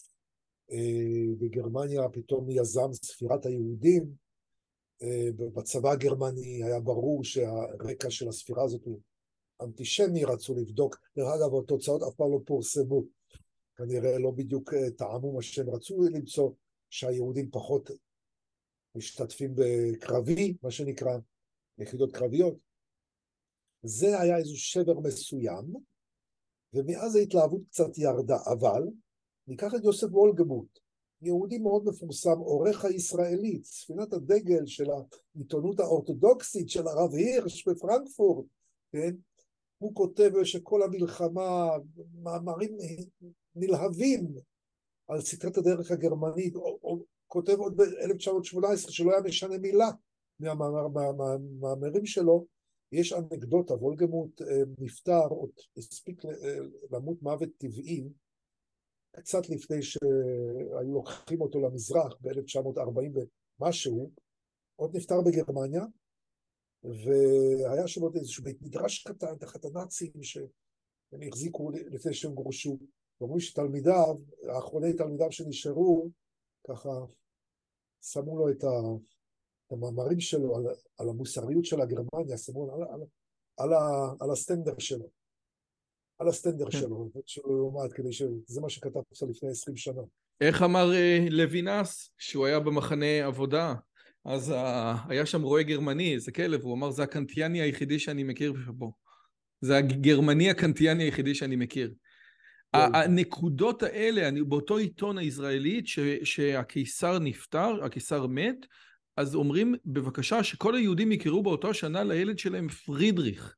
בגרמניה פתאום יזם ספירת היהודים. בצבא הגרמני היה ברור שהרקע של הספירה הזאת הוא אנטישמי, רצו לבדוק. דרך אגב, התוצאות אף פעם לא פורסמו. כנראה לא בדיוק טעמו מה שהם רצו למצוא, שהיהודים פחות משתתפים בקרבי, מה שנקרא, יחידות קרביות. זה היה איזשהו שבר מסוים, ומאז ההתלהבות קצת ירדה. אבל ניקח את יוסף וולגמוט, יהודי מאוד מפורסם, עורך הישראלית, ספינת הדגל של העיתונות האורתודוקסית של הרב הירש בפרנקפורט, כן? הוא כותב שכל המלחמה, מאמרים נלהבים על סתרת הדרך הגרמנית, או כותב עוד ב-1918 שלא היה משנה מילה מהמאמרים שלו. יש אנקדוטה, וולגמוט נפטר, עוד הספיק למות מוות טבעי, קצת לפני שהיו לוקחים אותו למזרח ב-1940 ומשהו, עוד נפטר בגרמניה, והיה שם עוד איזשהו בית מדרש קטן תחת הנאצים שהם החזיקו לפני שהם גורשו, ואומרים שתלמידיו, האחרוני תלמידיו שנשארו, ככה שמו לו את המאמרים שלו על המוסריות של הגרמניה, שמו על הסטנדר שלו. על הסטנדר שלו, שהוא עומד כדי שזה מה שכתב עכשיו לפני 20 שנה. איך אמר לוינס, שהוא היה במחנה עבודה, אז היה שם רועה גרמני, איזה כלב, הוא אמר, זה הקנטיאני היחידי שאני מכיר פה. זה הגרמני הקנטיאני היחידי שאני מכיר. הנקודות האלה, באותו עיתון הישראלית שהקיסר נפטר, הקיסר מת, אז אומרים בבקשה שכל היהודים יקראו באותו שנה לילד שלהם פרידריך.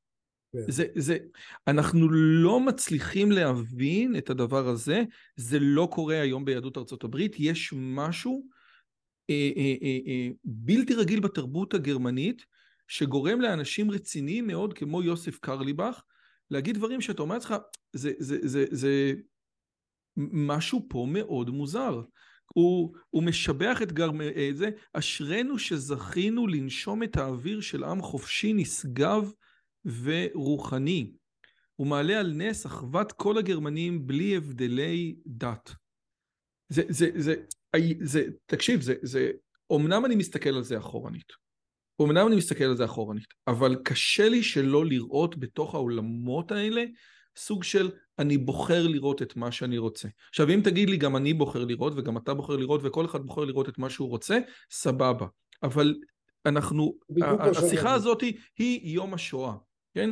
אנחנו לא מצליחים להבין את הדבר הזה, זה לא קורה היום ביהדות ארצות הברית, יש משהו בלתי רגיל בתרבות הגרמנית, שגורם לאנשים רציניים מאוד כמו יוסף קרליבך, להגיד דברים שאתה אומר לך, זה משהו פה מאוד מוזר. הוא משבח את זה, אשרנו שזכינו לנשום את האוויר של עם חופשי נשגב ורוחני. הוא מעלה על נס אחוות כל הגרמנים בלי הבדלי דת. תקשיב, אומנם אני מסתכל על זה אחורנית, אבל קשה לי שלא לראות בתוך העולמות האלה סוג של אני בוחר לראות את מה שאני רוצה. עכשיו אם תגיד לי גם אני בוחר לראות וגם אתה בוחר לראות וכל אחד בוחר לראות את מה שהוא רוצה, סבבה. אבל השיחה הזאת היא יום השואה, כן?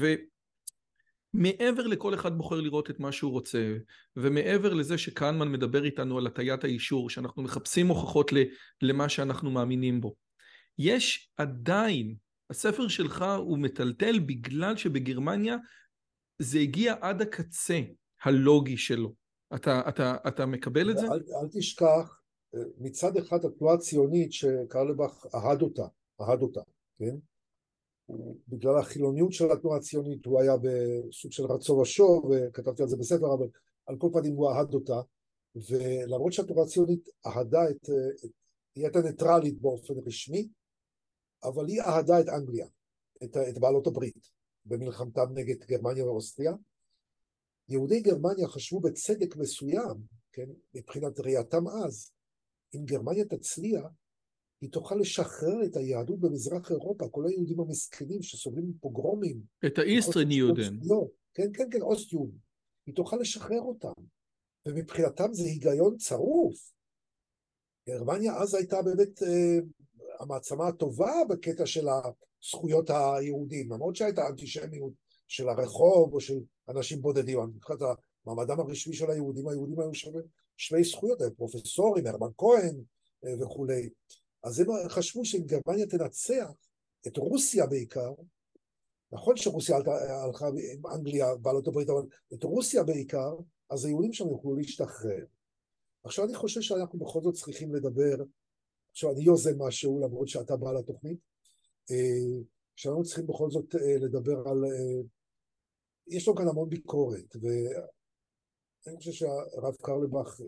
ומעבר לכל אחד בוחר לראות את מה שהוא רוצה, ומעבר לזה שקהנמן מדבר איתנו על הטיית האישור, שאנחנו מחפשים הוכחות למה שאנחנו מאמינים בו, יש עדיין, הספר שלך הוא מטלטל בגלל שבגרמניה זה הגיע עד הקצה הלוגי שלו. אתה מקבל את זה? אל תשכח, מצד אחד התנועה הציונית שקרליבך אהד אותה, כן? בגלל החילוניות של התנועה הציונית, הוא היה בסוג של רצו ושוב, וכתבתי על זה בספר, אבל על כל פנים הוא אהד אותה, ולמרות שהתנועה הציונית אהדה היא הייתה ניטרלית באופן רשמי, אבל היא אהדה את אנגליה, את בעלות הברית, במלחמתם נגד גרמניה ואוסטריה. יהודי גרמניה חשבו בצדק מסוים, כן, מבחינת ראייתם אז, אם גרמניה תצליח, היא תוכל לשחרר את היהדות במזרח אירופה, כל היהודים המסכנים שסובלים מפוגרומים. את האיסטרן יהודן. כן, אוסט יהוד. היא תוכל לשחרר אותם. ומבחינתם זה היגיון צרוף. גרמניה אז הייתה באמת המעצמה הטובה בקטע של זכויות היהודים, למרות שהייתה אנטישמיות של הרחוב או של אנשים בודדים, מבחינת המעמדם הרשמי של היהודים, היהודים היו שווי זכויות, פרופסורים, הרמן כהן וכולי. אז הם חשבו שאם גרמניה תנצח את רוסיה בעיקר, נכון שרוסיה הלכה עם אנגליה, בעלות הברית, אבל את רוסיה בעיקר, אז היהודים שם יוכלו להשתחרר. עכשיו אני חושב שאנחנו בכל זאת צריכים לדבר, עכשיו אני יוזם משהו, למרות שאתה בא לתוכנית, שאנחנו צריכים בכל זאת לדבר על, יש לו כאן המון ביקורת, ואני חושב שהרב קרליבך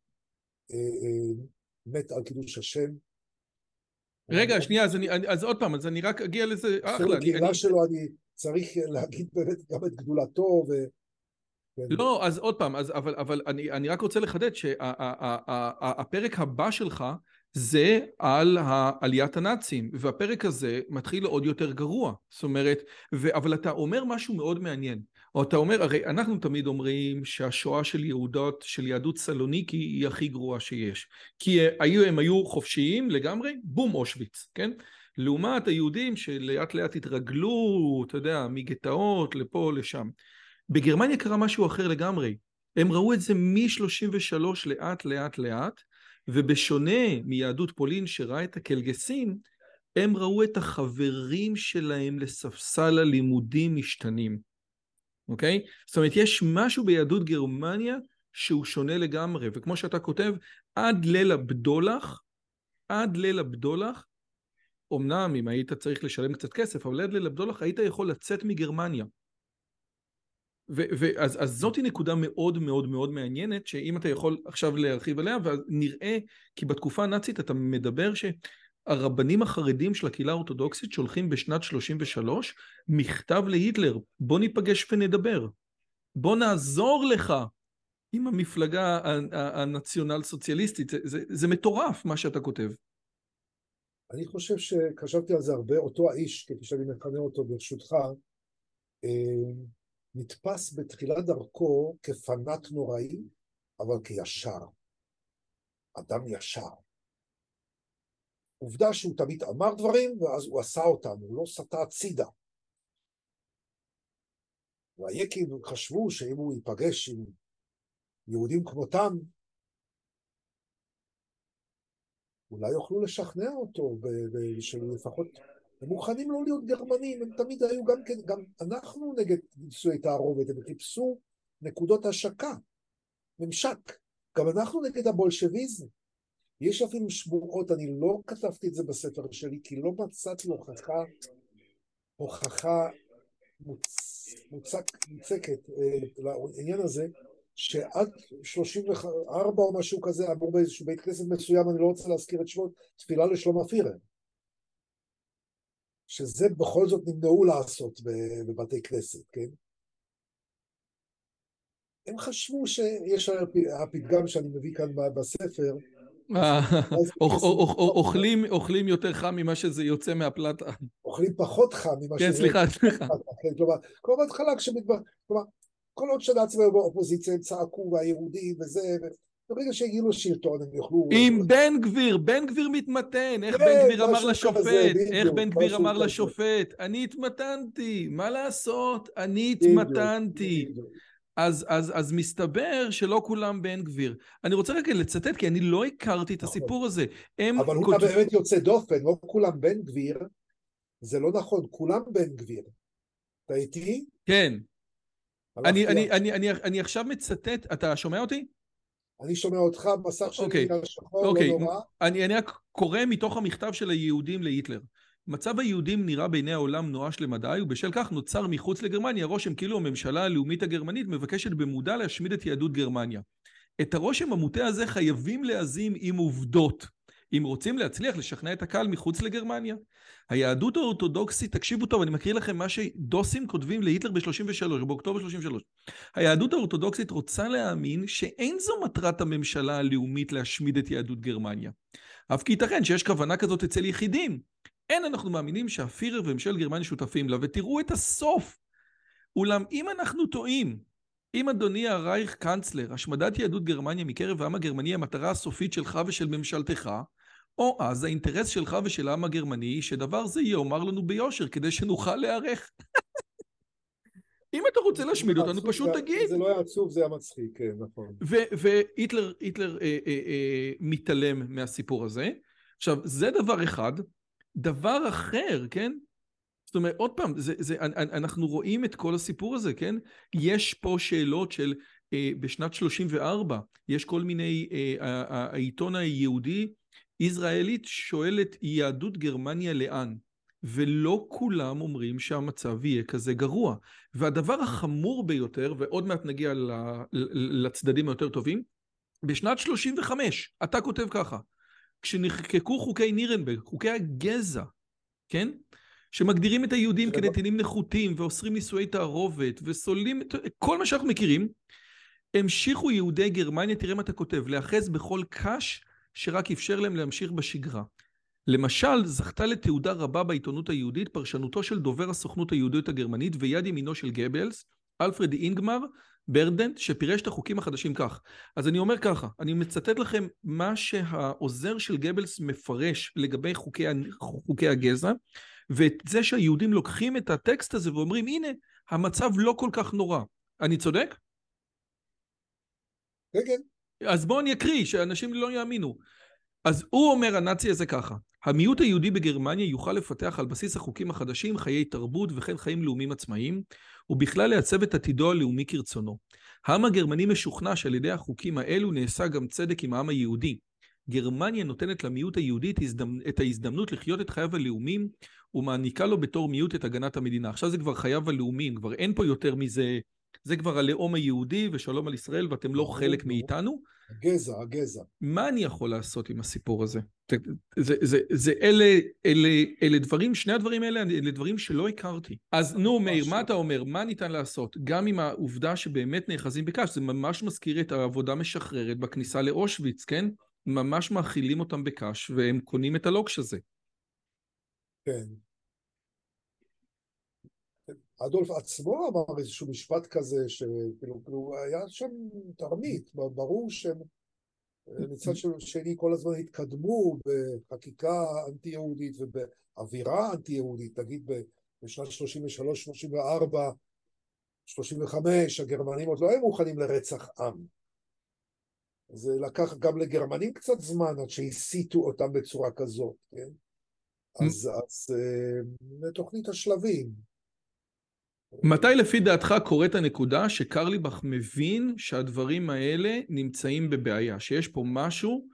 מת על קידוש השם. רגע, שנייה, אז עוד פעם, אז אני רק אגיע לזה, אחלה. לקהילה שלו אני צריך להגיד באמת גם את גדולתו לא, אז עוד פעם, אבל אני רק רוצה לחדד שהפרק הבא שלך זה על עליית הנאצים, והפרק הזה מתחיל עוד יותר גרוע. זאת אומרת, אבל אתה אומר משהו מאוד מעניין. או אתה אומר, הרי אנחנו תמיד אומרים שהשואה של יהדות סלוניקי היא הכי גרועה שיש. כי הם היו חופשיים לגמרי, בום אושוויץ, כן? לעומת היהודים שלאט לאט התרגלו, אתה יודע, מגטאות לפה לשם. בגרמניה קרה משהו אחר לגמרי. הם ראו את זה מ-33 לאט לאט לאט, ובשונה מיהדות פולין שראה את הקלגסים, הם ראו את החברים שלהם לספסל הלימודים משתנים. אוקיי? זאת אומרת, יש משהו ביהדות גרמניה שהוא שונה לגמרי, וכמו שאתה כותב, עד ליל הבדולח, אמנם אם היית צריך לשלם קצת כסף, אבל עד ליל הבדולח היית יכול לצאת מגרמניה. אז זאת היא נקודה מאוד מאוד מאוד מעניינת, שאם אתה יכול עכשיו להרחיב עליה, ונראה, כי בתקופה הנאצית אתה מדבר שהרבנים החרדים של הקהילה האורתודוקסית שולחים בשנת 33 מכתב להיטלר, בוא ניפגש ונדבר, בוא נעזור לך עם המפלגה הנציונל סוציאליסטית, זה מטורף מה שאתה כותב. אני חושב שחשבתי על זה הרבה, אותו האיש, כפי שאני מכנה אותו ברשותך, נתפס בתחילת דרכו כפנאט נוראי, אבל כישר. אדם ישר. עובדה שהוא תמיד אמר דברים, ואז הוא עשה אותם, הוא לא סטה הצידה. והיקים חשבו שאם הוא ייפגש עם יהודים כמותם, אולי יוכלו לשכנע אותו, שלפחות הם מוכנים לא להיות גרמנים, הם תמיד היו גם אנחנו נגד נישואי תערובת, הם חיפשו נקודות השקה, ממשק, גם אנחנו נגד הבולשביזם. יש אפילו שמועות, אני לא כתבתי את זה בספר שלי, כי לא מצאתי הוכחה מוצקת לעניין הזה, שעד 34 או משהו כזה, אמור באיזשהו בית כנסת מסוים, אני לא רוצה להזכיר את שמות, תפילה לשלום הפירר. שזה בכל זאת נמנעו לעשות בבתי כנסת, כן? הם חשבו שיש הפתגם שאני מביא כאן בספר, אוכלים יותר חם ממה שזה יוצא מהפלטה. אוכלים פחות חם ממה שזה... כן, סליחה. כלומר, בהתחלה כלומר, כל עוד שנאצים היו באופוזיציה, הם צעקו והיהודים וזה, ברגע שהגיעו לשלטון הם יוכלו... עם בן גביר מתמתן, איך בן גביר אמר לשופט, אני התמתנתי, מה לעשות? אני התמתנתי. אז מסתבר שלא כולם בן גביר. אני רוצה רגע לצטט, כי אני לא הכרתי את הסיפור הזה. אבל הוא באמת יוצא דופן, לא כולם בן גביר, זה לא נכון, כולם בן גביר. אתה איתי? כן. אני עכשיו מצטט, אתה שומע אותי? אני שומע אותך, מסך שלי נראה שחור, לא נורא. אני רק קורא מתוך המכתב של היהודים להיטלר. מצב היהודים נראה בעיני העולם נואש למדי, ובשל כך נוצר מחוץ לגרמניה רושם כאילו הממשלה הלאומית הגרמנית מבקשת במודע להשמיד את יהדות גרמניה. את הרושם המוטה הזה חייבים להזים עם עובדות, אם רוצים להצליח לשכנע את הקהל מחוץ לגרמניה. היהדות האורתודוקסית, תקשיבו טוב, אני מקריא לכם מה שדוסים כותבים להיטלר ב-33, באוקטובר 33. היהדות האורתודוקסית רוצה להאמין שאין זו מטרת הממשלה הלאומית להשמיד את יהדות גרמניה. אף כי ייתכן שיש כוונה כזאת אצל יחידים. אין אנחנו מאמינים שהפירר וממשל גרמניה שותפים לה, ותראו את הסוף. אולם אם אנחנו טועים, אם אדוני הרייך קנצלר, השמדת יהדות גרמניה מקרב העם הגרמני המטרה הסופית שלך ושל ממשלתך, או אז האינטרס שלך ושל העם הגרמני, שדבר זה יאמר לנו ביושר, כדי שנוכל להיערך. אם אתה רוצה להשמיד אותנו, פשוט תגיד. זה לא היה עצוב, זה היה מצחיק, כן, נכון. והיטלר מתעלם מהסיפור הזה. עכשיו, זה דבר אחד. דבר אחר, כן? זאת אומרת, עוד פעם, אנחנו רואים את כל הסיפור הזה, כן? יש פה שאלות של, בשנת 34, יש כל מיני, העיתון היהודי, ישראלית שואלת יהדות גרמניה לאן? ולא כולם אומרים שהמצב יהיה כזה גרוע. והדבר החמור ביותר, ועוד מעט נגיע לצדדים היותר טובים, בשנת 35, אתה כותב ככה, כשנחקקו חוקי נירנברג, חוקי הגזע, כן? שמגדירים את היהודים כנתינים נחותים, ואוסרים נישואי תערובת, וסוללים את כל מה שאנחנו מכירים, המשיכו יהודי גרמניה, תראה מה אתה כותב, לאחז בכל קש שרק אפשר להם להמשיך בשגרה. למשל, זכתה לתעודה רבה בעיתונות היהודית, פרשנותו של דובר הסוכנות היהודית הגרמנית, ויד ימינו של גבלס, אלפרד אינגמר, ברדנט, שפירש את החוקים החדשים כך. אז אני אומר ככה, אני מצטט לכם מה שהעוזר של גבלס מפרש לגבי חוקי הגזע, ואת זה שהיהודים לוקחים את הטקסט הזה ואומרים, הנה, המצב לא כל כך נורא. אני צודק? כן. אז בואו אני אקריא, שאנשים לא יאמינו. אז הוא אומר, הנאצי הזה ככה, המיעוט היהודי בגרמניה יוכל לפתח על בסיס החוקים החדשים חיי תרבות וכן חיים לאומיים עצמאיים, ובכלל לעצב את עתידו הלאומי כרצונו. העם הגרמני משוכנע שעל ידי החוקים האלו נעשה גם צדק עם העם היהודי. גרמניה נותנת למיעוט היהודי את ההזדמנות לחיות את חייו הלאומיים, ומעניקה לו בתור מיעוט את הגנת המדינה. עכשיו זה כבר חייו הלאומיים, כבר אין פה יותר מזה, זה כבר הלאום היהודי ושלום על ישראל, ואתם לא חלק מאיתנו. הגזע. מה אני יכול לעשות עם הסיפור הזה? אלה דברים, שני הדברים האלה, אלה דברים שלא הכרתי. אז נו, מאיר, מה אתה אומר? מה ניתן לעשות? גם עם העובדה שבאמת נאחזים בקש, זה ממש מזכיר את העבודה משחררת בכניסה לאושוויץ, כן? ממש מאכילים אותם בקש, והם קונים את הלוקש הזה. כן. אדולף עצמו אמר איזשהו משפט כזה, שכאילו היה שם תרמית, ברור שהם מצד שני כל הזמן התקדמו בחקיקה אנטי-יהודית ובאווירה אנטי-יהודית, תגיד בשנת 33, 34, 35, הגרמנים עוד לא היו מוכנים לרצח עם. זה לקח גם לגרמנים קצת זמן עד שהסיתו אותם בצורה כזאת, כן? אז תוכנית השלבים. מתי לפי דעתך קוראת הנקודה שקרליבך מבין שהדברים האלה נמצאים בבעיה, שיש פה משהו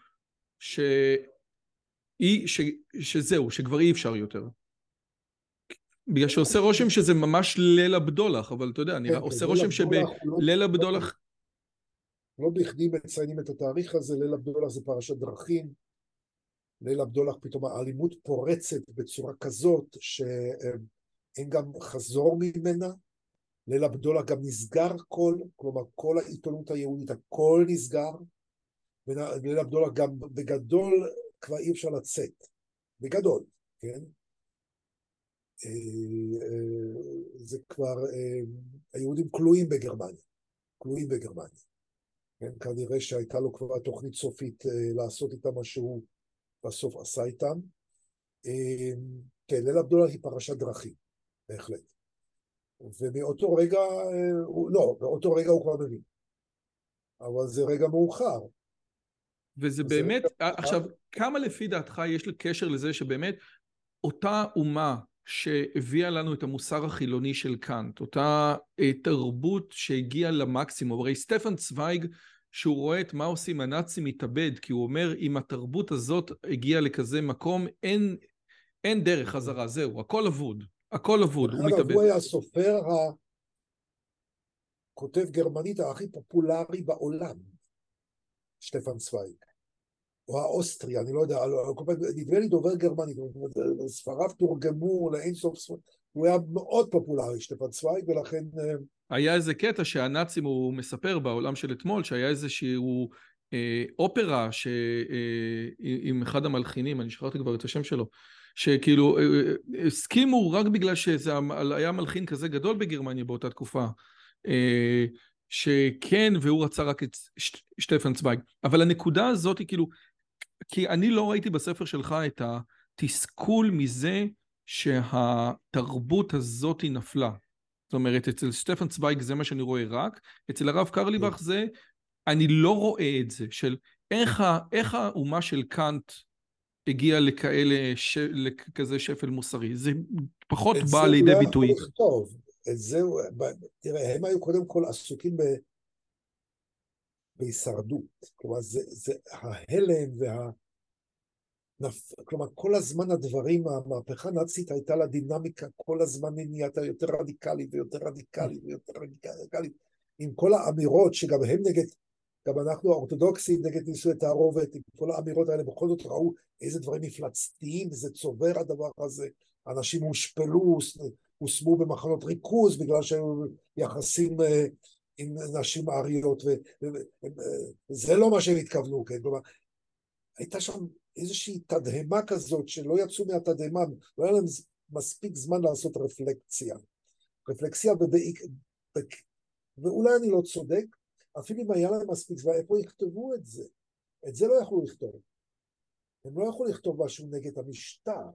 שזהו, שכבר אי אפשר יותר? בגלל שעושה רושם שזה ממש ליל הבדולח, אבל אתה יודע, עושה רושם שבליל הבדולח... לא בכדי מציינים את התאריך הזה, ליל הבדולח זה פרשת דרכים, ליל הבדולח פתאום האלימות פורצת בצורה כזאת אין גם חזור ממנה, ליל הבדולח גם נסגר כלומר כל העיתונות היהודית, הכל נסגר, וליל הבדולח גם בגדול כבר אי אפשר לצאת, בגדול, כן? זה כבר, היהודים כלואים בגרמניה, כן? כנראה שהייתה לו כבר תוכנית סופית לעשות איתם מה שהוא בסוף עשה איתם. כן, ליל הבדולח היא פרשת דרכים. בהחלט. ומאותו רגע, באותו רגע הוא כבר מבין. אבל זה רגע מאוחר. וזה באמת, עכשיו, כמה לפי דעתך יש לקשר לזה שבאמת אותה אומה שהביאה לנו את המוסר החילוני של קאנט, אותה תרבות שהגיעה למקסימום, הרי סטפן צוויג, שהוא רואה את מה עושים הנאצים מתאבד, כי הוא אומר, אם התרבות הזאת הגיעה לכזה מקום, אין דרך חזרה, זהו, הכל אבוד. הכל אבוד, הוא מתאבד. הוא היה הסופר הכותב גרמנית הכי פופולרי בעולם, שטפן צוויג, או האוסטרי, אני לא יודע, נדמה לי דובר גרמנית, ספריו תורגמו לאין סוף ספר, הוא היה מאוד פופולרי, שטפן צוויג, ולכן... היה איזה קטע שהנאצים, הוא מספר בעולם של אתמול, שהיה איזשהו אופרה עם אחד המלחינים, אני שכחתי כבר את השם שלו, שכאילו הסכימו רק בגלל שזה היה מלחין כזה גדול בגרמניה באותה תקופה, שכן, והוא רצה רק את שטפן צוויג. אבל הנקודה הזאת היא כאילו, כי אני לא ראיתי בספר שלך את התסכול מזה שהתרבות הזאת היא נפלה. זאת אומרת, אצל שטפן צוויג זה מה שאני רואה רק, אצל הרב קרליבך זה, אני לא רואה את זה, של איך האומה של קאנט הגיעה לכזה שפל מוסרי. זה פחות את בא זה הוא לידי לא יכול ביטוי. לכתוב. את זה, תראה, הם היו קודם כל עסוקים בהישרדות. כלומר, זה ההלם כלומר, כל הזמן הדברים, המהפכה הנאצית הייתה לה דינמיקה, כל הזמן היא נהייתה יותר רדיקלית ויותר רדיקלית ויותר רדיקלית, עם כל האמירות שגם הם נגד, גם אנחנו האורתודוקסים נגד נישואי תערובת, עם כל האמירות האלה, בכל זאת ראו איזה דברים מפלצתיים, זה צובר הדבר הזה, אנשים הושפלו, הושמו במחנות ריכוז, בגלל שהיו יחסים עם נשים אריות, וזה לא מה שהם התכוונו, כן? כלומר, הייתה שם איזושהי תדהמה כזאת, שלא יצאו מהתדהמה, לא היה להם מספיק זמן לעשות רפלקסיה, ואולי אני לא צודק, אפילו אם היה להם מספיק זמן, איפה יכתבו את זה? את זה לא יכלו לכתוב. הם לא יכלו לכתוב משהו נגד המשטר.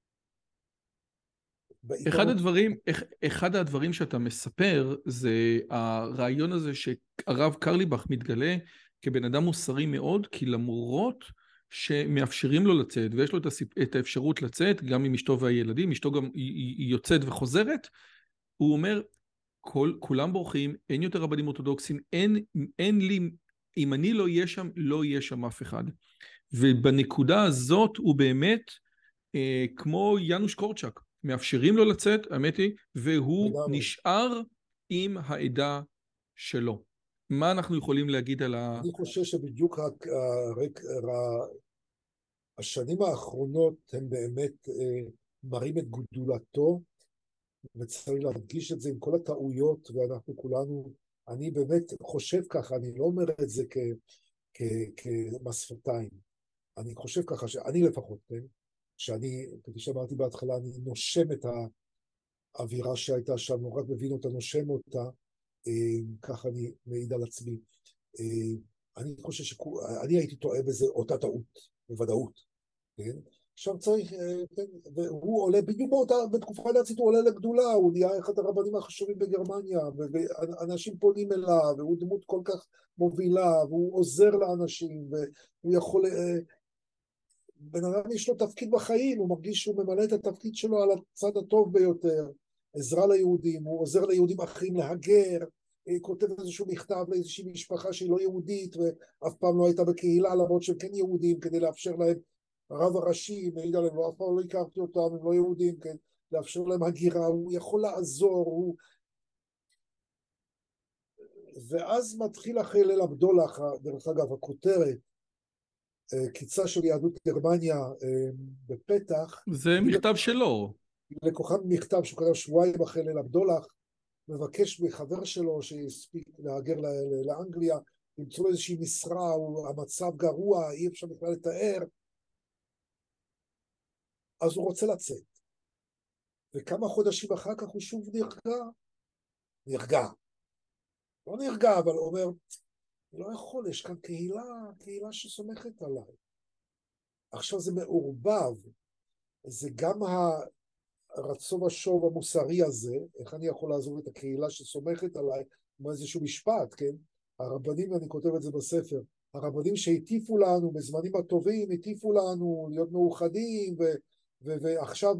אחד הדברים שאתה מספר זה הרעיון הזה שהרב קרליבך מתגלה כבן אדם מוסרי מאוד, כי למרות שמאפשרים לו לצאת, ויש לו את האפשרות לצאת, גם עם אשתו והילדים, אשתו גם היא יוצאת וחוזרת, הוא אומר, כולם בורחים, אין יותר רבנים אורתודוקסים, אין לי, אם אני לא אהיה שם, לא יהיה שם אף אחד. ובנקודה הזאת הוא באמת, כמו יאנוש קורצ'אק, מאפשרים לו לצאת, האמת היא, והוא נשאר עם העדה שלו. מה אנחנו יכולים להגיד על אני חושב שבדיוק השנים האחרונות הם באמת מראים את גדולתו, וצריך להדגיש את זה עם כל הטעויות, ואנחנו כולנו, אני באמת חושב ככה, אני לא אומר את זה כמספתיים, אני חושב ככה, שאני לפחות, כן? שאני, כפי שאמרתי בהתחלה, אני נושם את האווירה שהייתה שם, לא רק מבין אותה, נושם אותה, ככה אני מעיד על עצמי. אני חושב שאני הייתי טועה בזה אותה טעות, בוודאות, כן? עכשיו צריך, כן, והוא עולה, בדיוק בתקופה הנאצית הוא עולה לגדולה, הוא נהיה אחד הרבנים החשובים בגרמניה, ואנשים פונים אליו, והוא דמות כל כך מובילה, והוא עוזר לאנשים, והוא יכול, בן אדם יש לו תפקיד בחיים, הוא מרגיש שהוא ממלא את התפקיד שלו על הצד הטוב ביותר, עזרה ליהודים, הוא עוזר ליהודים אחרים להגר, כותב איזשהו מכתב לאיזושהי משפחה שהיא לא יהודית, ואף פעם לא הייתה בקהילה, למרות שהם כן יהודים, כדי לאפשר להם, הרב הראשי מעיד עליהם, אף פעם לא הכרתי אותם, הם לא יהודים, כן, לאפשר להם הגירה, הוא יכול לעזור, ואז מתחיל אחרי ליל הבדולח, דרך אגב, הכותרת, קיצה של יהדות גרמניה בפתח. זה מכתב שלו. לקוחה מכתב שהוא כתב שבועיים אחרי ליל הבדולח, מבקש מחבר שלו שהספיק להגר לאנגליה, למצוא איזושהי משרה, המצב גרוע, אי אפשר בכלל לתאר, אז הוא רוצה לצאת. וכמה חודשים אחר כך הוא שוב נרגע. לא נרגע, אבל אומר, לא יכול, יש כאן קהילה שסומכת עליי. עכשיו זה מעורבב, זה גם הרצון השוב המוסרי הזה, איך אני יכול לעזור את הקהילה שסומכת עליי, כמו איזשהו משפט, כן? הרבנים, אני כותב את זה בספר, הרבנים שהטיפו לנו בזמנים הטובים, הטיפו לנו להיות מאוחדים, ועכשיו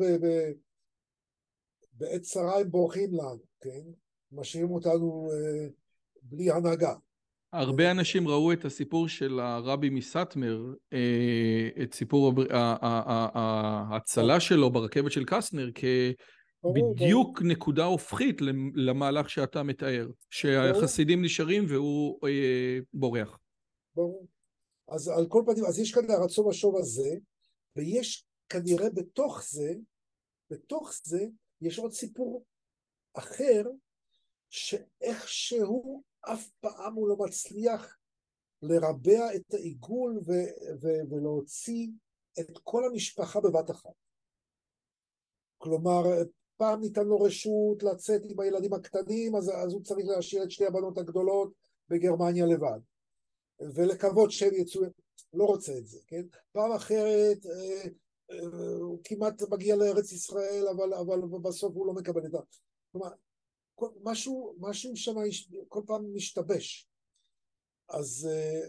בעת צרה הם בורחים לנו, כן? משאירים אותנו בלי הנהגה. הרבה אנשים ראו את הסיפור של הרבי מסאטמר, את סיפור ההצלה שלו ברכבת של קסטנר, כבדיוק נקודה הופכית למהלך שאתה מתאר, שהחסידים נשארים והוא בורח. ברור. אז על כל פנים, אז יש כאן הרצון השוב הזה, ויש כנראה בתוך זה יש עוד סיפור אחר, שאיכשהו אף פעם הוא לא מצליח לרבע את העיגול ולהוציא את כל המשפחה בבת אחת. כלומר, פעם ניתן לו רשות לצאת עם הילדים הקטנים, אז הוא צריך להשאיר את שתי הבנות הגדולות בגרמניה לבד. ולקוות שהם יצאו, לא רוצה את זה, כן? פעם אחרת הוא כמעט מגיע לארץ ישראל, אבל בסוף הוא לא מקבל את ה... כלומר, משהו שם כל פעם משתבש. אז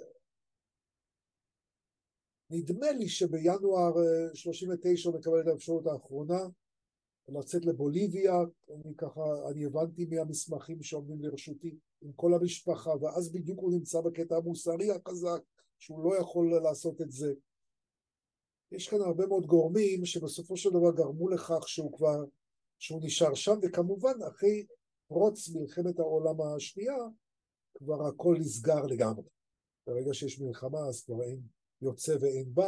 נדמה לי שבינואר 39 הוא מקבל את האפשרות האחרונה, לצאת לבוליביה, אני הבנתי מהמסמכים שעומדים לרשותי עם כל המשפחה, ואז בדיוק הוא נמצא בקטע המוסרי החזק, שהוא לא יכול לעשות את זה. יש כאן הרבה מאוד גורמים שבסופו של דבר גרמו לכך שהוא נשאר שם, וכמובן אחרי פרוץ מלחמת העולם השנייה, כבר הכל נסגר לגמרי. ברגע שיש מלחמה, אז כבר אין יוצא ואין בא,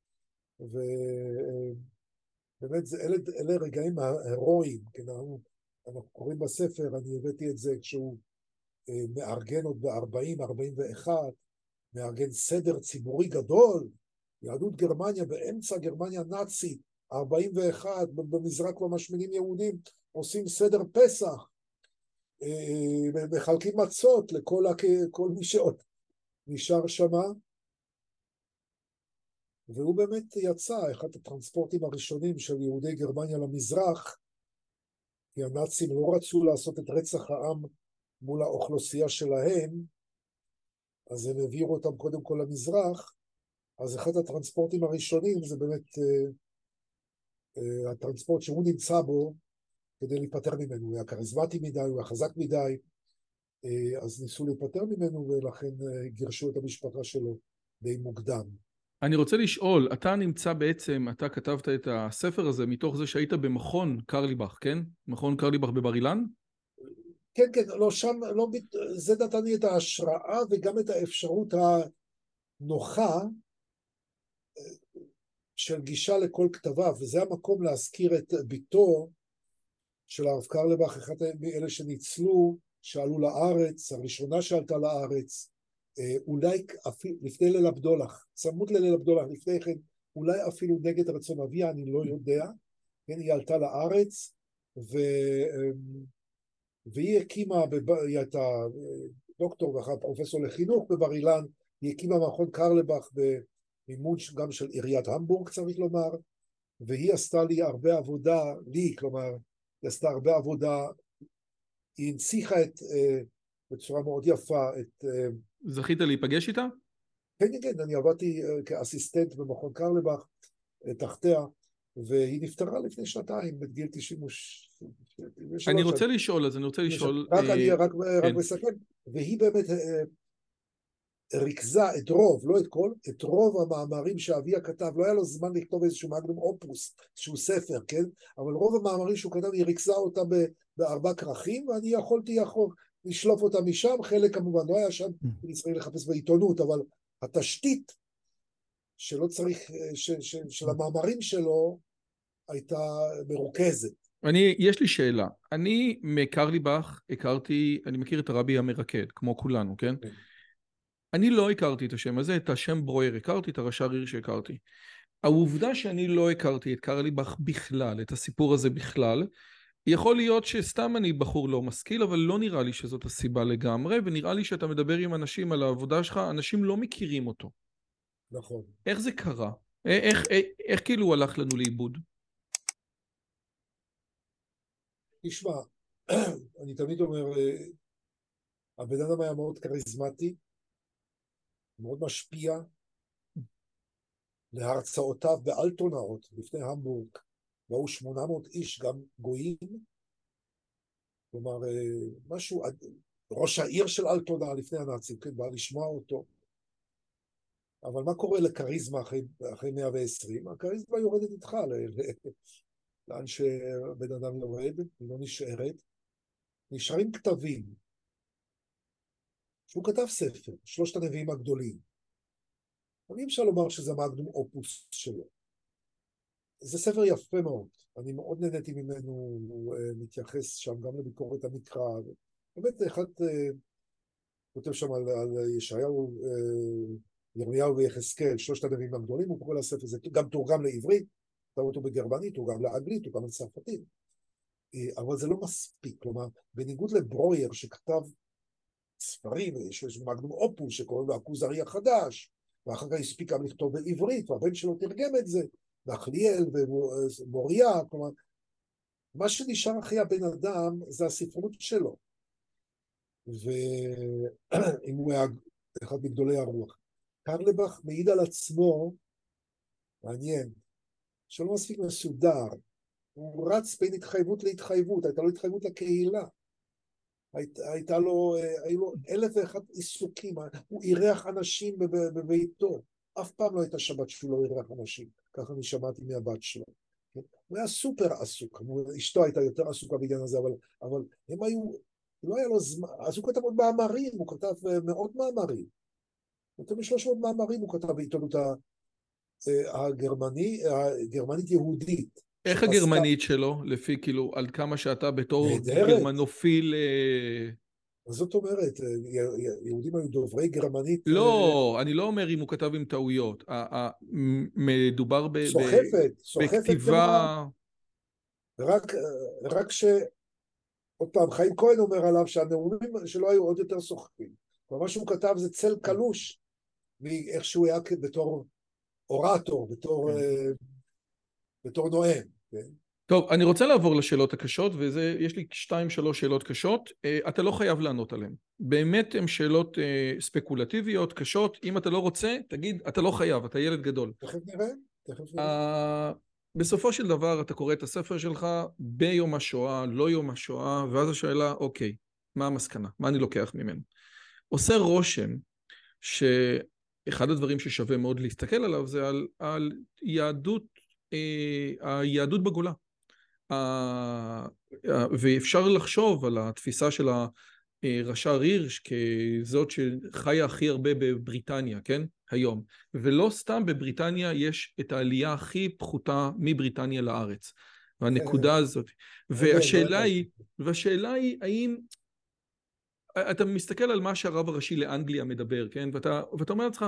ובאמת אלה רגעים ההירואיים, כן, אנחנו קוראים בספר, אני הבאתי את זה כשהוא מארגן עוד ב-40-41, מארגן סדר ציבורי גדול, יהדות גרמניה באמצע גרמניה נאצית, 41, במזרח כבר משמינים יהודים, עושים סדר פסח, מחלקים מצות לכל מי שעוד נשאר שמה, והוא באמת יצא, אחד הטרנספורטים הראשונים של יהודי גרמניה למזרח, כי הנאצים לא רצו לעשות את רצח העם מול האוכלוסייה שלהם, אז הם העבירו אותם קודם כל למזרח, אז אחד הטרנספורטים הראשונים זה באמת הטרנספורט שהוא נמצא בו כדי להיפטר ממנו, הוא היה כריזמטי מדי, הוא היה חזק מדי, אז ניסו להיפטר ממנו ולכן גירשו את המשפחה שלו די מוקדם. אני רוצה לשאול, אתה נמצא בעצם, אתה כתבת את הספר הזה מתוך זה שהיית במכון קרליבך, כן? מכון קרליבך בבר אילן? כן, כן, לא שם, לא, זה נתן לי את ההשראה וגם את האפשרות הנוחה של גישה לכל כתביו, וזה המקום להזכיר את ביתו של הרב קרליבך, אחד מאלה שניצלו, שעלו לארץ, הראשונה שעלתה לארץ, אולי אפילו לפני ליל הבדולח, צמוד לליל הבדולח, לפני כן, אולי אפילו נגד רצון אביה, אני לא יודע, כן, היא עלתה לארץ, והיא הקימה, היא הייתה דוקטור ואחר פרופסור לחינוך בבר אילן, היא הקימה מכון קרליבך במימון גם של עיריית המבורג, צריך לומר, והיא עשתה לי הרבה עבודה, כלומר, היא עשתה הרבה עבודה, היא הנציחה בצורה מאוד יפה את... זכית להיפגש איתה? כן, כן, אני עבדתי כאסיסטנט במכון קרליבך תחתיה, והיא נפטרה לפני שנתיים, בגיל 93. אני רוצה לשאול, רק מסכם, והיא באמת ריכזה את רוב, לא את כל, את רוב המאמרים שאביה כתב, לא היה לו זמן לכתוב איזשהו מגנום אופוס, איזשהו ספר, כן? אבל רוב המאמרים שהוא כתב, היא ריכזה אותם בארבע כרכים, ואני יכולתי לשלוף אותם משם, חלק כמובן לא היה שם, אני צריך לחפש בעיתונות, אבל התשתית שלא צריך, של המאמרים שלו, הייתה מרוכזת. יש לי שאלה, אני מקרליבך הכרתי, אני מכיר את הרבי המרקד, כמו כולנו, כן? אני לא הכרתי את השם הזה, את השם ברויר הכרתי, את הרש"ר עיר שהכרתי. העובדה שאני לא הכרתי את קרליבך בכלל, את הסיפור הזה בכלל, יכול להיות שסתם אני בחור לא משכיל, אבל לא נראה לי שזאת הסיבה לגמרי, ונראה לי שאתה מדבר עם אנשים על העבודה שלך, אנשים לא מכירים אותו. נכון. איך זה קרה? איך כאילו הוא הלך לנו לאיבוד? תשמע, אני תמיד אומר, הבן אדם היה מאוד כריזמטי, מאוד משפיע, להרצאותיו באלטונאות, לפני המבורג, והוא 800 איש, גם גויים, כלומר, משהו, ראש העיר של אלטונה לפני הנאצים, כן, בא לשמוע אותו. אבל מה קורה לכריזמה אחרי 120? הכריזמה יורדת איתך לאן שבן אדם יורד, היא לא נשארת. נשארים כתבים. שהוא כתב ספר, 3 הנביאים הגדולים. אבל אי אפשר לומר שזה מגנום אופוס שלו. זה ספר יפה מאוד. אני מאוד נהניתי ממנו, הוא מתייחס שם גם לביקורת המקרא. באמת, אחד כותב שם על ישעיהו, ירמיהו ויחזקאל, 3 הנביאים הגדולים, הוא קורא לספר, זה גם תורגם לעברית, כתב אותו בגרמנית, תורגם לאנגלית, תורגם לצרפתית. אבל זה לא מספיק, כלומר, בניגוד לברויר שכתב ספרים, יש מגנום אופוס שקוראים לו הכוזרי החדש, ואחר כך הספיק גם לכתוב בעברית, והבן שלו תרגם את זה, נחליאל ומוריה, כלומר, מה שנשאר אחרי הבן אדם זה הספרות שלו, ואם הוא היה אחד מגדולי הרוח. קרלבך מעיד על עצמו, מעניין, שלא מספיק מסודר, הוא רץ בין התחייבות להתחייבות, הייתה לו התחייבות לקהילה, היו לו 1,001 עיסוקים, הוא אירח אנשים בביתו, אף פעם לא הייתה שבת שהוא לא אירח אנשים, ככה אני שמעתי מהבת שלו. הוא היה סופר עסוק, אשתו הייתה יותר עסוקה בעניין הזה, אבל הם היו, לא היה לו זמן, אז הוא כתב עוד מאמרים, הוא כתב מאות מאמרים, יותר מ-300 מאמרים הוא כתב בעיתונות הגרמנית יהודית. איך הגרמנית שלו, לפי כאילו, על כמה שאתה בתור גרמנופיל... זאת אומרת, יהודים היו דוברי גרמנית... לא, אני לא אומר אם הוא כתב עם טעויות. מדובר בכתיבה... רק עוד פעם, חיים כהן אומר עליו שהנאומים שלו היו עוד יותר סוחפים. ומה שהוא כתב זה צל קלוש, מאיך שהוא היה בתור אורטור, בתור נואם. טוב, אני רוצה לעבור לשאלות הקשות, ויש לי 2-3 שאלות קשות. אתה לא חייב לענות עליהן. באמת הן שאלות ספקולטיביות, קשות. אם אתה לא רוצה, תגיד, אתה לא חייב, אתה ילד גדול. תכף נראה. בסופו של דבר, אתה קורא את הספר שלך ביום השואה, לא יום השואה, ואז השאלה, אוקיי, מה המסקנה? מה אני לוקח ממנו? עושה רושם שאחד הדברים ששווה מאוד להסתכל עליו זה על היהדות בגולה. ואפשר לחשוב על התפיסה של הרש"ר הירש כזאת שחיה הכי הרבה בבריטניה, כן? היום. ולא סתם בבריטניה יש את העלייה הכי פחותה מבריטניה לארץ. והנקודה הזאת. והשאלה היא, האם אתה מסתכל על מה שהרב הראשי לאנגליה מדבר, כן? ואתה אומר לעצמך,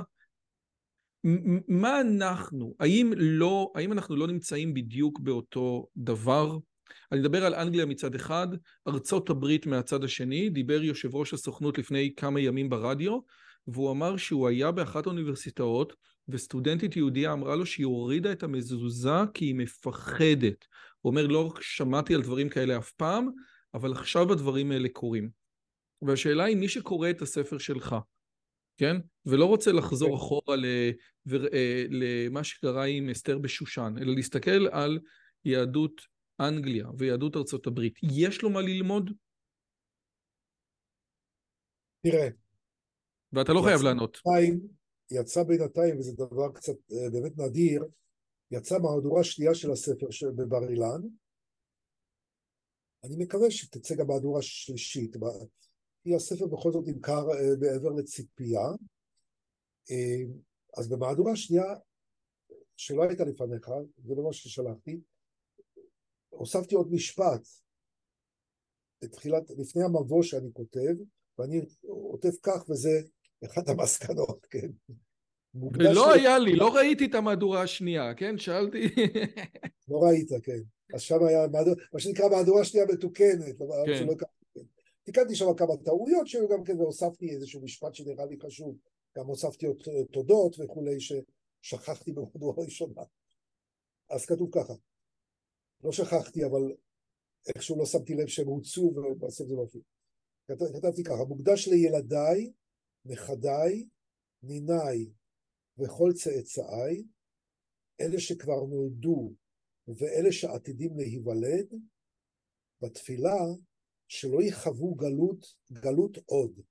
מה אנחנו, האם אנחנו לא נמצאים בדיוק באותו דבר? אני מדבר על אנגליה מצד אחד, ארצות הברית מהצד השני, דיבר יושב ראש הסוכנות לפני כמה ימים ברדיו, והוא אמר שהוא היה באחת האוניברסיטאות, וסטודנטית יהודיה אמרה לו שהיא הורידה את המזוזה כי היא מפחדת. הוא אומר, לא שמעתי על דברים כאלה אף פעם, אבל עכשיו הדברים האלה קורים. והשאלה היא, מי שקורא את הספר שלך, כן? ולא רוצה לחזור אחורה למה שקרה עם אסתר בשושן, אלא להסתכל על יהדות אנגליה ויהדות ארצות הברית. יש לו מה ללמוד? תראה. ואתה לא חייב לענות. יצא בינתיים, וזה דבר קצת באמת נדיר, יצא מהדורה שנייה של הספר בבר אילן. אני מקווה שתצא גם מהדורה שלישית. כי הספר בכל זאת נמכר בעבר לציפייה. אז במהדורה השנייה, שלא הייתה לפניך, זה לא מה ששלחתי, הוספתי עוד משפט, לפני המבוא שאני כותב, ואני כותב כך, וזה אחת המסקנות, כן. ולא היה לי, לא ראיתי את המהדורה השנייה, כן? שאלתי. לא ראית, כן. אז שם היה, מה שנקרא מהדורה השנייה מתוקנת, כן. תיקנתי שם כמה טעויות שהיו גם כן, והוספתי איזשהו משפט שנראה לי חשוב, גם הוספתי עוד תודות וכולי ששכחתי במהדורה הראשונה. אז כתוב ככה, לא שכחתי, אבל איכשהו לא שמתי לב שהם הוצאו ובסוף זה מופיע. כתבתי ככה, מוקדש לילדיי, נכדיי, ניניי וכל צאצאיי, אלה שכבר נולדו ואלה שעתידים להיוולד, בתפילה שלא יחוו גלות עוד.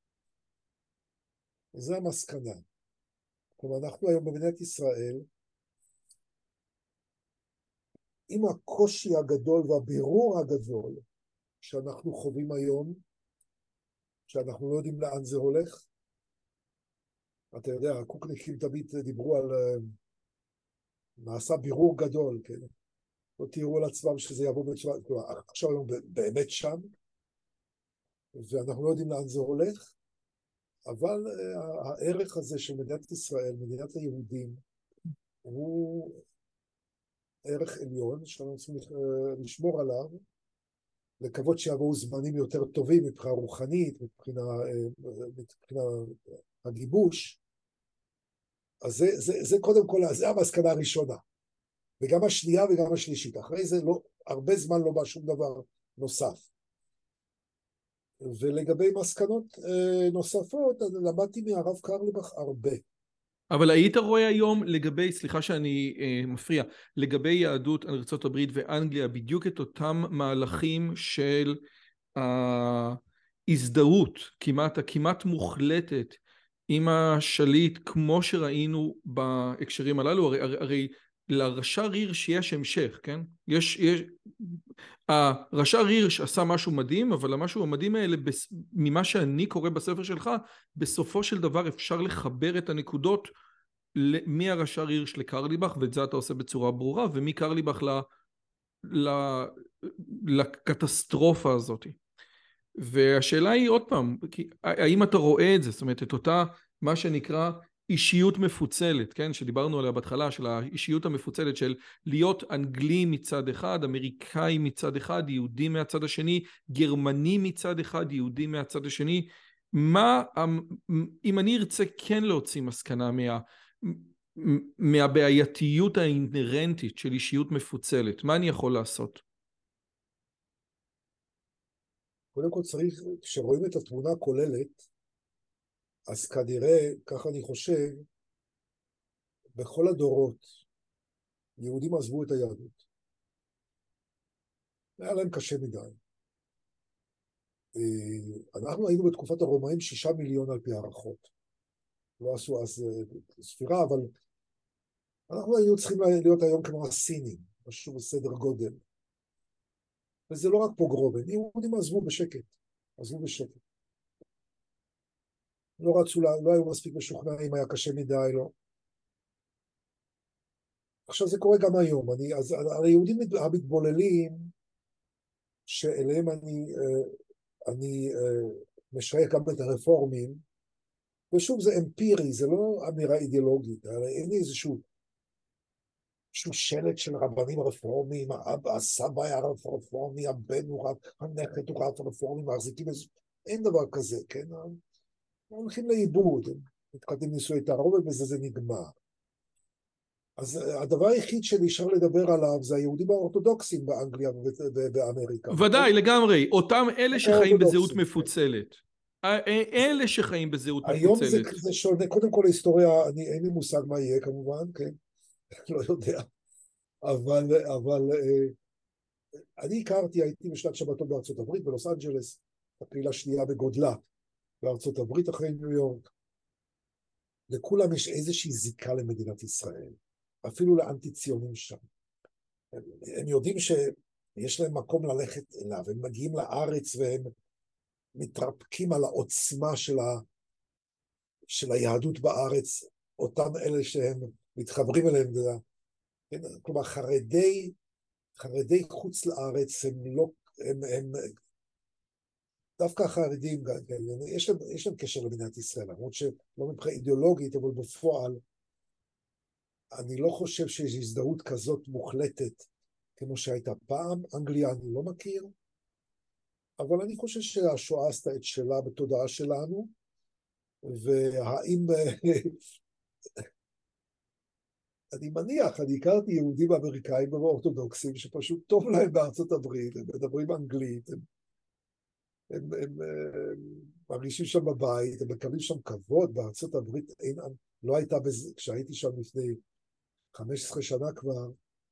וזו המסקנה. כלומר, אנחנו היום במדינת ישראל, עם הקושי הגדול והבירור הגדול שאנחנו חווים היום, שאנחנו לא יודעים לאן זה הולך, אתה יודע, הקוקניקים תמיד דיברו על נעשה בירור גדול, כן? לא תראו על עצמם שזה יבוא בצורה, עכשיו היום באמת שם, ואנחנו לא יודעים לאן זה הולך, אבל הערך הזה של מדינת ישראל, מדינת היהודים, הוא ערך עליון שאנחנו צריכים לשמור עליו, לקוות שיבואו זמנים יותר טובים מבחינה רוחנית, מבחינה הגיבוש, אז זה קודם כל, זה המסקנה הראשונה. וגם השנייה וגם השלישית. אחרי זה לא, הרבה זמן לא בא שום דבר נוסף. ולגבי מסקנות נוספות, למדתי מהרב קרליבך הרבה. אבל היית רואה היום לגבי, סליחה שאני מפריע, לגבי יהדות ארצות הברית ואנגליה, בדיוק את אותם מהלכים של ההזדהות, כמעט מוחלטת, עם השליט, כמו שראינו בהקשרים הללו, הרי לרש"ר הירש יש המשך, כן? הרש"ר הירש עשה משהו מדהים, אבל המשהו המדהים האלה, ממה שאני קורא בספר שלך, בסופו של דבר אפשר לחבר את הנקודות מהרש"ר הירש לקרליבך, ואת זה אתה עושה בצורה ברורה, ומקרליבך לקטסטרופה הזאת. והשאלה היא עוד פעם, האם אתה רואה את זה, זאת אומרת, את אותה, מה שנקרא, אישיות מפוצלת, כן? שדיברנו עליה בהתחלה, של האישיות המפוצלת של להיות אנגלי מצד אחד, אמריקאי מצד אחד, יהודי מהצד השני, גרמני מצד אחד, יהודי מהצד השני. מה, אם אני ארצה כן להוציא מסקנה מהבעייתיות האינהרנטית של אישיות מפוצלת, מה אני יכול לעשות? קודם כל צריך, כשרואים את התמונה הכוללת, אז כנראה, כך אני חושב, בכל הדורות, יהודים עזבו את היהדות. היה להם קשה מדי. אנחנו היינו בתקופת הרומאים 6 מיליון על פי הערכות. לא עשו אז ספירה, אבל אנחנו היינו צריכים להיות היום כמו הסינים, משהו בסדר גודל. וזה לא רק פוגרומים, יהודים עזבו בשקט. לא רצו, לא היו מספיק משוכנעים, היה קשה מדי, לא. עכשיו זה קורה גם היום. אז היהודים המתבוללים, שאליהם אני משייך גם את הרפורמים, ושוב זה אמפירי, זה לא אמירה אידיאולוגית, אין לי איזשהו שלט של רבנים רפורמיים, האבא, הסבא היה רב רפורמי, הבן הוא רב, הנכד הוא רב רפורמי, מחזיקים איזה, אין דבר כזה, כן? הולכים לאיבוד, מתקדמים נישואי תערובת וזה זה נגמר. אז הדבר היחיד שנשאר לדבר עליו זה היהודים האורתודוקסים באנגליה ובאמריקה. ודאי, לגמרי, אותם אלה שחיים בזהות מפוצלת. אלה שחיים בזהות מפוצלת. היום זה שונה, קודם כל ההיסטוריה, אין לי מושג מה יהיה כמובן, כן? לא יודע. אבל אני הכרתי, הייתי בשנת שבתון בארצות הברית, בלוס אנג'לס, הפעילה שנייה בגודלה בארצות הברית אחרי ניו יורק. לכולם יש איזושהי זיקה למדינת ישראל, אפילו לאנטי-ציונים שם. הם יודעים שיש להם מקום ללכת אליו, הם מגיעים לארץ והם מתרפקים על העוצמה של היהדות בארץ, אותם אלה שהם מתחברים אליהם. כלומר, חרדי חוץ לארץ הם דווקא החרדים, יש להם קשר למדינת ישראל, למרות שלא מבחינה אידיאולוגית, אבל בפועל, אני לא חושב שיש הזדהות כזאת מוחלטת כמו שהייתה פעם. אנגליה אני לא מכיר, אבל אני חושב שהשואה עשתה את שלה בתודעה שלנו, והאם... אני מניח, אני הכרתי יהודים אמריקאים ואורתודוקסים שפשוט טוב להם בארצות הברית, הם מדברים אנגלית, הם מרגישים שם בבית, הם מקבלים שם כבוד. בארצות הברית לא הייתה בזה, כשהייתי שם לפני 15 שנה כבר,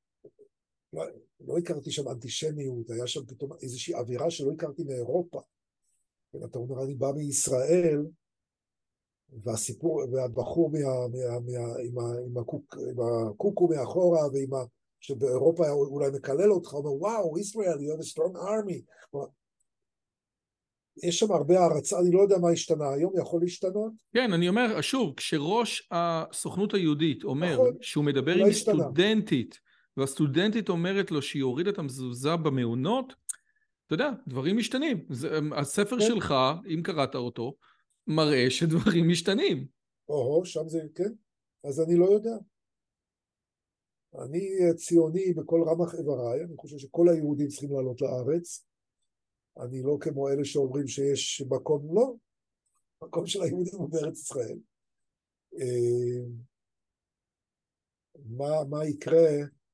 לא הכרתי שם אנטישמיות, היה שם פתאום איזושהי אווירה שלא הכרתי מאירופה. אתה אומר, אני בא מישראל, והסיפור, והבחור עם הקוקו מאחורה, שבאירופה אולי מקלל אותך, אומר, וואו, ישראל, you have a strong army. יש שם הרבה הערצה, אני לא יודע מה השתנה היום, יכול להשתנות? כן, אני אומר, שוב, כשראש הסוכנות היהודית אומר שהוא מדבר עם סטודנטית, והסטודנטית אומרת לו שהיא הורידה את המזוזה במעונות, אתה יודע, דברים משתנים. הספר שלך, אם קראת אותו, מראה שדברים משתנים. שם זה, כן. אז אני לא יודע. אני ציוני בכל רמ"ח איבריי, אני חושב שכל היהודים צריכים לעלות לארץ. אני לא כמו אלה שאומרים שיש מקום, לא. מקום של היהודים הוא בארץ ישראל. מה יקרה,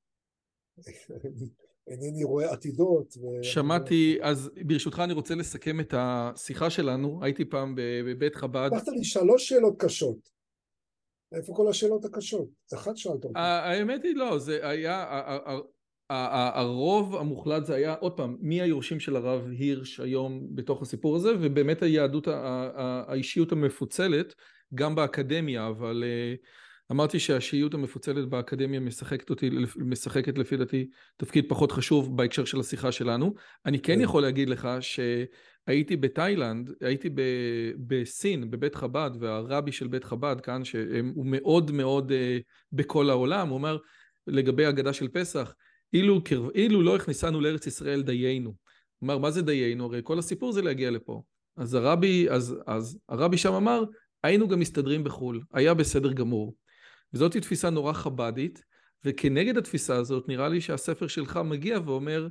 אינני רואה עתידות. שמעתי, אז ברשותך אני רוצה לסכם את השיחה שלנו, הייתי פעם בבית חב"ד. לקחת לי 3 שאלות קשות. איפה כל השאלות הקשות? אחד שאלת אותי. האמת היא לא, זה היה, הרוב המוחלט זה היה, עוד פעם, מי היורשים של הרב הירש היום בתוך הסיפור הזה, ובאמת היהדות, האישיות המפוצלת, גם באקדמיה, אבל אמרתי שהאישיות המפוצלת באקדמיה משחקת לפי דעתי תפקיד פחות חשוב בהקשר של השיחה שלנו. אני כן יכול להגיד לך שהייתי בתאילנד, הייתי בסין, בבית חב"ד, והרבי של בית חב"ד כאן, שהוא מאוד מאוד בכל העולם, הוא אומר לגבי הגדה של פסח, אילו לא הכניסנו לארץ ישראל דיינו. הוא אומר, מה זה דיינו? הרי כל הסיפור זה להגיע לפה. אז הרבי שם אמר, היינו גם מסתדרים בחול, היה בסדר גמור. וזאת היא תפיסה נורא חבדית, וכנגד התפיסה הזאת נראה לי שהספר שלך מגיע ואומר,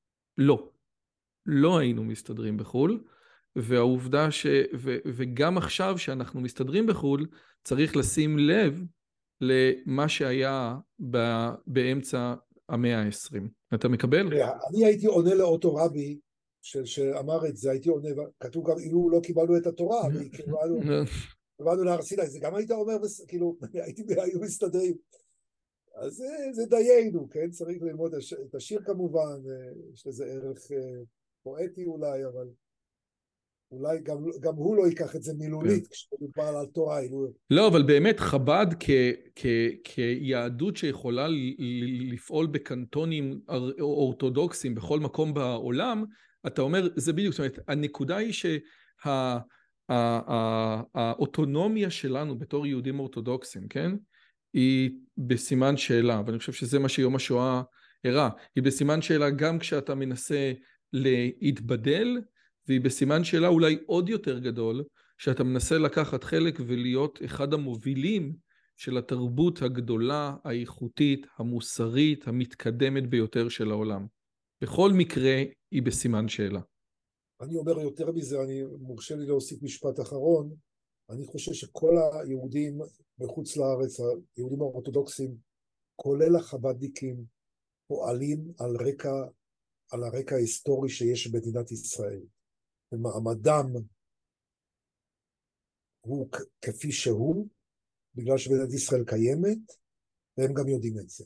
לא היינו מסתדרים בחול, והעובדה וגם עכשיו שאנחנו מסתדרים בחול, צריך לשים לב למה שהיה באמצע המאה ה-20. אתה מקבל? אני הייתי עונה לאותו רבי, שאמר את זה, הייתי עונה, כתוב גם, אילו לא קיבלנו את התורה, קיבלנו להר סיני, זה גם היית אומר, כאילו, היו מסתדרים. אז זה דיינו, כן? צריך ללמוד את השיר כמובן, יש לזה ערך פואטי אולי, אבל אולי גם הוא לא ייקח את זה מילולית, כשמדובר על התורה. לא, אבל באמת חב"ד כיהדות שיכולה לפעול בקנטונים אורתודוקסיים בכל מקום בעולם, אתה אומר, זה בדיוק, זאת אומרת, הנקודה היא האוטונומיה שלנו בתור יהודים אורתודוקסים, כן? היא בסימן שאלה, ואני חושב שזה מה שיום השואה הראה. היא בסימן שאלה גם כשאתה מנסה להתבדל, והיא בסימן שאלה אולי עוד יותר גדול, שאתה מנסה לקחת חלק ולהיות אחד המובילים של התרבות הגדולה, האיכותית, המוסרית, המתקדמת ביותר של העולם. בכל מקרה היא בסימן שאלה. אני אומר יותר מזה, אני מורשה לי להוסיף משפט אחרון, אני חושב שכל היהודים בחוץ לארץ, היהודים האורתודוקסים, כולל החב"דניקים, פועלים על הרקע ההיסטורי שיש במדינת ישראל. ומעמדם הוא כפי שהוא, בגלל שמדינת ישראל קיימת, והם גם יודעים את זה.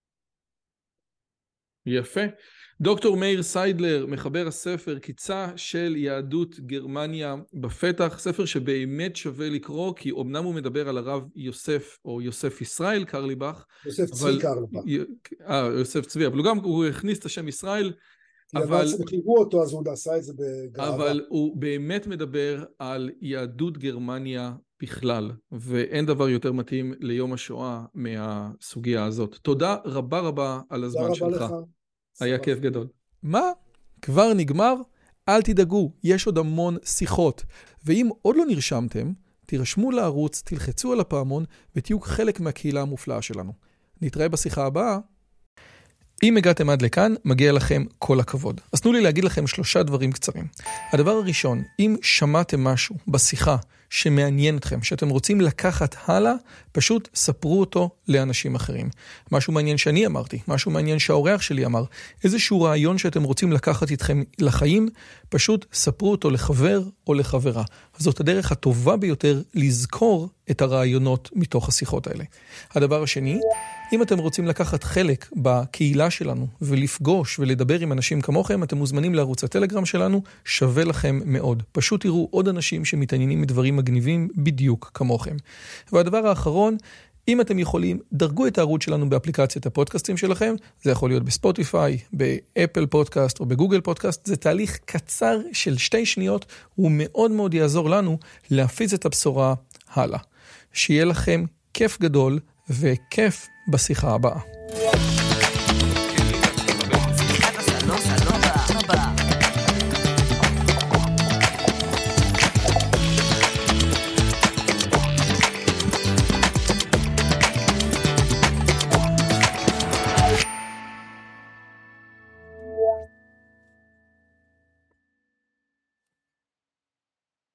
יפה. דוקטור מאיר סיידלר, מחבר הספר קיצה של יהדות גרמניה בפתח, ספר שבאמת שווה לקרוא, כי אמנם הוא מדבר על הרב יוסף, או יוסף ישראל קרליבך. יוסף צבי קרליבך. יוסף צבי, אבל הוא הכניס את השם ישראל, אבל חיברו אותו, אז הוא עשה את זה בגאווה. אבל הוא באמת מדבר על יהדות גרמניה בכלל, ואין דבר יותר מתאים ליום השואה מהסוגיה הזאת. תודה רבה רבה על הזמן שלך. תודה רבה לך. היה כיף גדול. מה? כבר נגמר? אל תדאגו, יש עוד המון שיחות. ואם עוד לא נרשמתם, תירשמו לערוץ, תלחצו על הפעמון ותהיו חלק מהקהילה המופלאה שלנו. נתראה בשיחה הבאה. אם הגעתם עד לכאן, מגיע לכם כל הכבוד. אז תנו לי להגיד לכם 3 דברים קצרים. הדבר הראשון, אם שמעתם משהו בשיחה שמעניין אתכם, שאתם רוצים לקחת הלאה, פשוט ספרו אותו לאנשים אחרים. משהו מעניין שאני אמרתי, משהו מעניין שהאורח שלי אמר, איזשהו רעיון שאתם רוצים לקחת איתכם לחיים, פשוט ספרו אותו לחבר או לחברה. זאת הדרך הטובה ביותר לזכור את הרעיונות מתוך השיחות האלה. הדבר השני, אם אתם רוצים לקחת חלק בקהילה שלנו ולפגוש ולדבר עם אנשים כמוכם, אתם מוזמנים לערוץ הטלגרם שלנו, שווה לכם מאוד. פשוט תראו עוד אנשים שמתעניינים מדברים מגניבים בדיוק כמוכם. והדבר האחרון, אם אתם יכולים, דרגו את הערוץ שלנו באפליקציית הפודקאסטים שלכם, זה יכול להיות בספוטיפיי, באפל פודקאסט או בגוגל פודקאסט, זה תהליך קצר של 2 שניות, הוא מאוד מאוד יעזור לנו להפיץ את הבשורה הלאה. שיהיה לכם כיף גדול וכיף בשיחה הבאה.